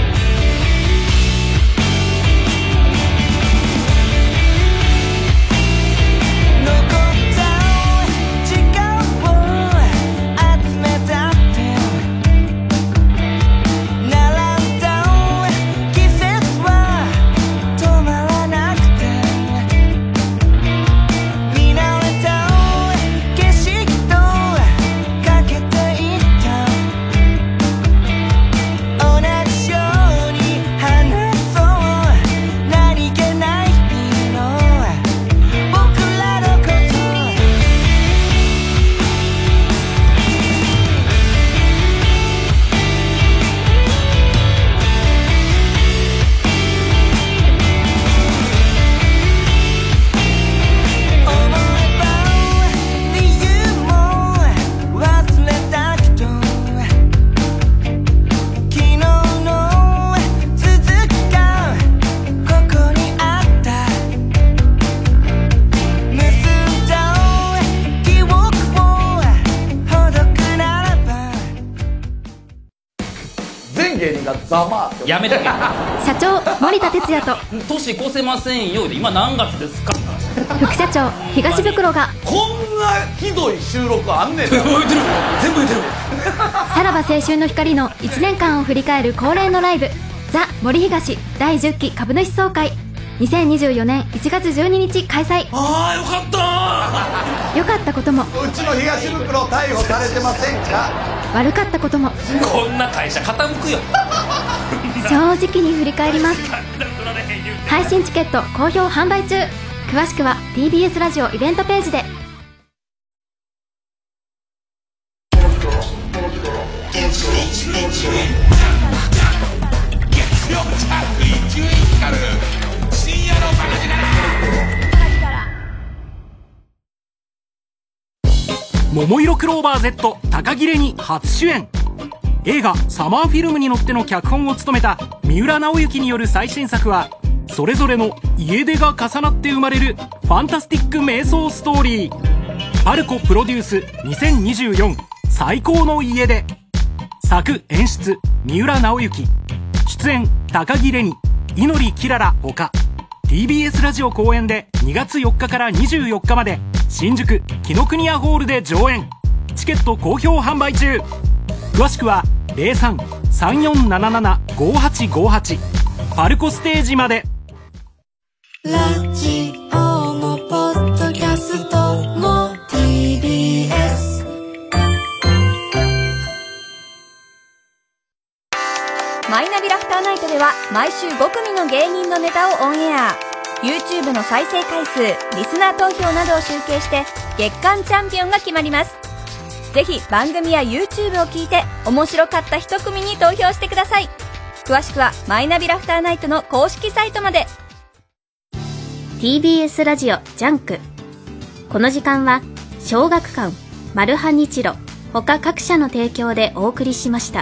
やめとけ。 社長森田哲也と年越せませんよで今何月ですか。 副社長東袋がこんなひどい収録あんねん。全部言ってる全部言ってる。 さらば青春の光のいちねんかんを振り返る恒例のライブ、ザ・森東だいじゅっき株主総会、にせんにじゅうよねんいちがつじゅうににち開催。 ああよかった良かったことも、 うちの東袋逮捕されてませんか。 悪かったことも、 こんな会社傾くよ。 正直に振り返ります。配信チケット好評販売中。詳しくは ティービーエス ラジオイベントページで。 桃色クローバー Z 高切れに初主演。映画「サマーフィルム」に乗っての脚本を務めた三浦直之による最新作は、それぞれの家出が重なって生まれるファンタスティック瞑想ストーリー。パルコプロデュースにせんにじゅうよん最高の家出。作演出三浦直之、出演高木レニ、祈きららほか。 ティービーエス ラジオ公演でにがつよっかからにじゅうよっかまで新宿紀ノ国屋ホールで上演。チケット好評販売中。詳しくは ゼロさん さんよんなななな ごはちごはち パルコステージまで。 ラジオもポッドキャストも ティービーエス。 マイナビラフターナイトでは毎週ごくみの芸人のネタをオンエア。 YouTube の再生回数、リスナー投票などを集計して月間チャンピオンが決まります。ぜひ番組や YouTube を聞いて面白かった一組に投票してください。詳しくはマイナビラフターナイトの公式サイトまで。 ティービーエス ラジオジャンク。この時間は小学館、マルハニチロ他各社の提供でお送りしました。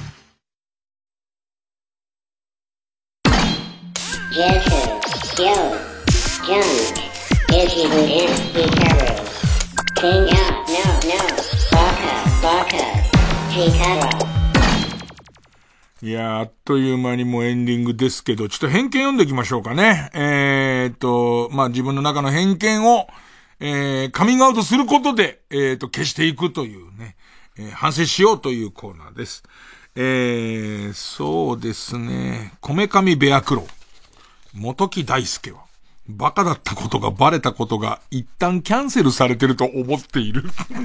いやー、あっという間にもうエンディングですけど、ちょっと偏見読んでいきましょうかね。えーっと、まあ、自分の中の偏見を、えー、カミングアウトすることで、えーっと、消していくというね、えー、反省しようというコーナーです。えー、そうですね、こめかみベアクロウ。元木大輔は、バカだったことがバレたことが一旦キャンセルされてると思っている。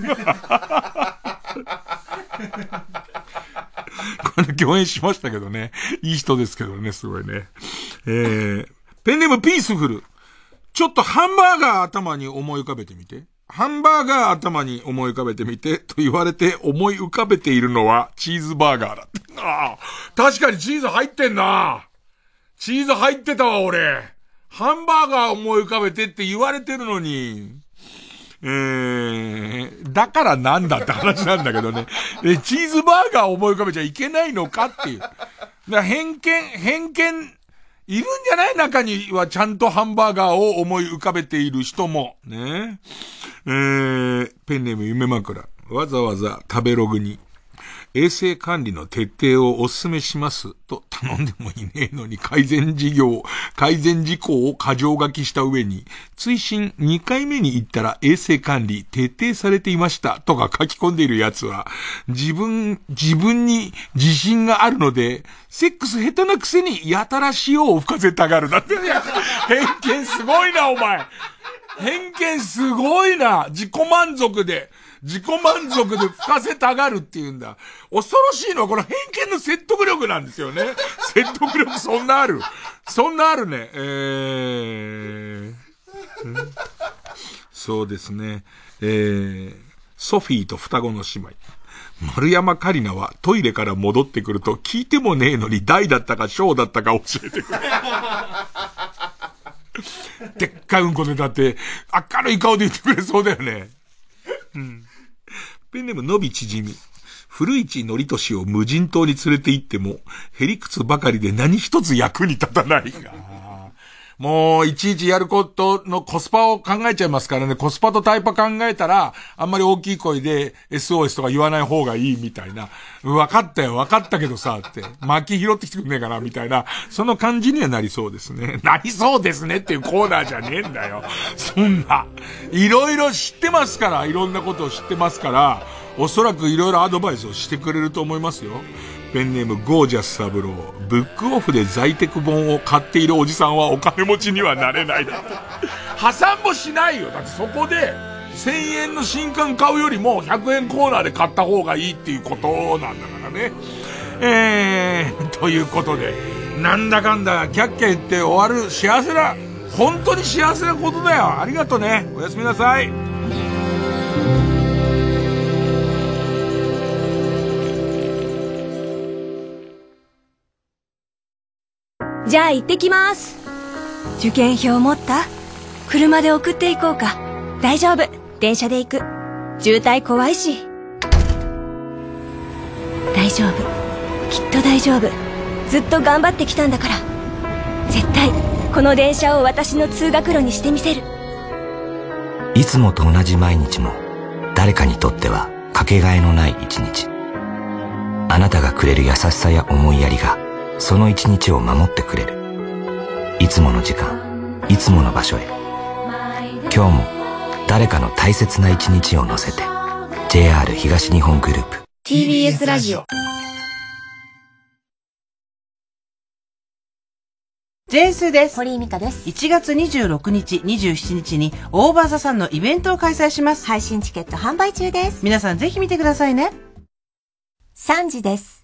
これ共演しましたけどね。いい人ですけどね、すごいね。えー、ペンネームピースフル。ちょっとハンバーガー頭に思い浮かべてみて。 ハンバーガー頭に思い浮かべてみてと言われて思い浮かべているのはチーズバーガーだって。ああ、確かにチーズ入ってんな。チーズ入ってたわ、俺。ハンバーガー思い浮かべてって言われてるのに。えー、だからなんだって話なんだけどね。え、チーズバーガー思い浮かべちゃいけないのかっていう。だから偏見、偏見、いるんじゃない？中にはちゃんとハンバーガーを思い浮かべている人も。ね。えー、ペンネーム夢枕。わざわざ食べログに、衛生管理の徹底をお勧めしますと頼んでもいねえのに改善事業、改善事項を過剰書きした上に、追伸にかいめに行ったら衛生管理徹底されていましたとか書き込んでいるやつは、自分、自分に自信があるので、セックス下手なくせにやたら塩を吹かせたがる。だって、偏見すごいな、お前。偏見すごいな。自己満足で。自己満足で吹かせたがるっていうんだ。恐ろしいのはこの偏見の説得力なんですよね。説得力そんなある。そんなあるね。えー、うん、そうですね。えー、ソフィーと双子の姉妹。丸山カリナはトイレから戻ってくると聞いてもねえのに大だったか小だったか教えてくれ。でっかいうんこでだって明るい顔で言ってくれそうだよね。うん。ペンネームのび縮み。古市憲寿を無人島に連れて行っても、へりくつばかりで何一つ役に立たないが。もう、いちいちやることのコスパを考えちゃいますからね。コスパとタイパ考えたら、あんまり大きい声で エスオーエス とか言わない方がいいみたいな。分かったよ、分かったけどさ、って。巻き拾ってきてくんねえかな、みたいな。その感じにはなりそうですね。なりそうですねっていうコーナーじゃねえんだよ。そんな。いろいろ知ってますから、いろんなことを知ってますから、おそらくいろいろアドバイスをしてくれると思いますよ。ペンネームゴージャスサブロー。ブックオフで在宅本を買っているおじさんはお金持ちにはなれないだって。破産もしないよ。だってそこでせんえんの新刊買うよりもひゃくえんコーナーで買った方がいいっていうことなんだからね。えー、ということで、なんだかんだキャッキャ言って終わる幸せな、本当に幸せなことだよ。ありがとね。おやすみなさい。 じゃあ行ってきます。受験票持った？車で送っていこうか。大丈夫、電車で行く。渋滞怖いし。大丈夫、きっと大丈夫。ずっと頑張ってきたんだから。絶対この電車を私の通学路にしてみせる。 いつもと同じ毎日も誰かにとってはかけがえのない一日。あなたがくれる優しさや思いやりがその一日を守ってくれる。いつもの時間、いつもの場所へ。今日も誰かの大切な一日を乗せて。 ジェイアール 東日本グループティービーエス ラジオジェーンスーです。 堀井美香です。 いちがつにじゅうろくにち、にじゅうしちにちにオーバーザさんのイベントを開催します。 配信チケット販売中です。 皆さんぜひ見てくださいね。 さんじです。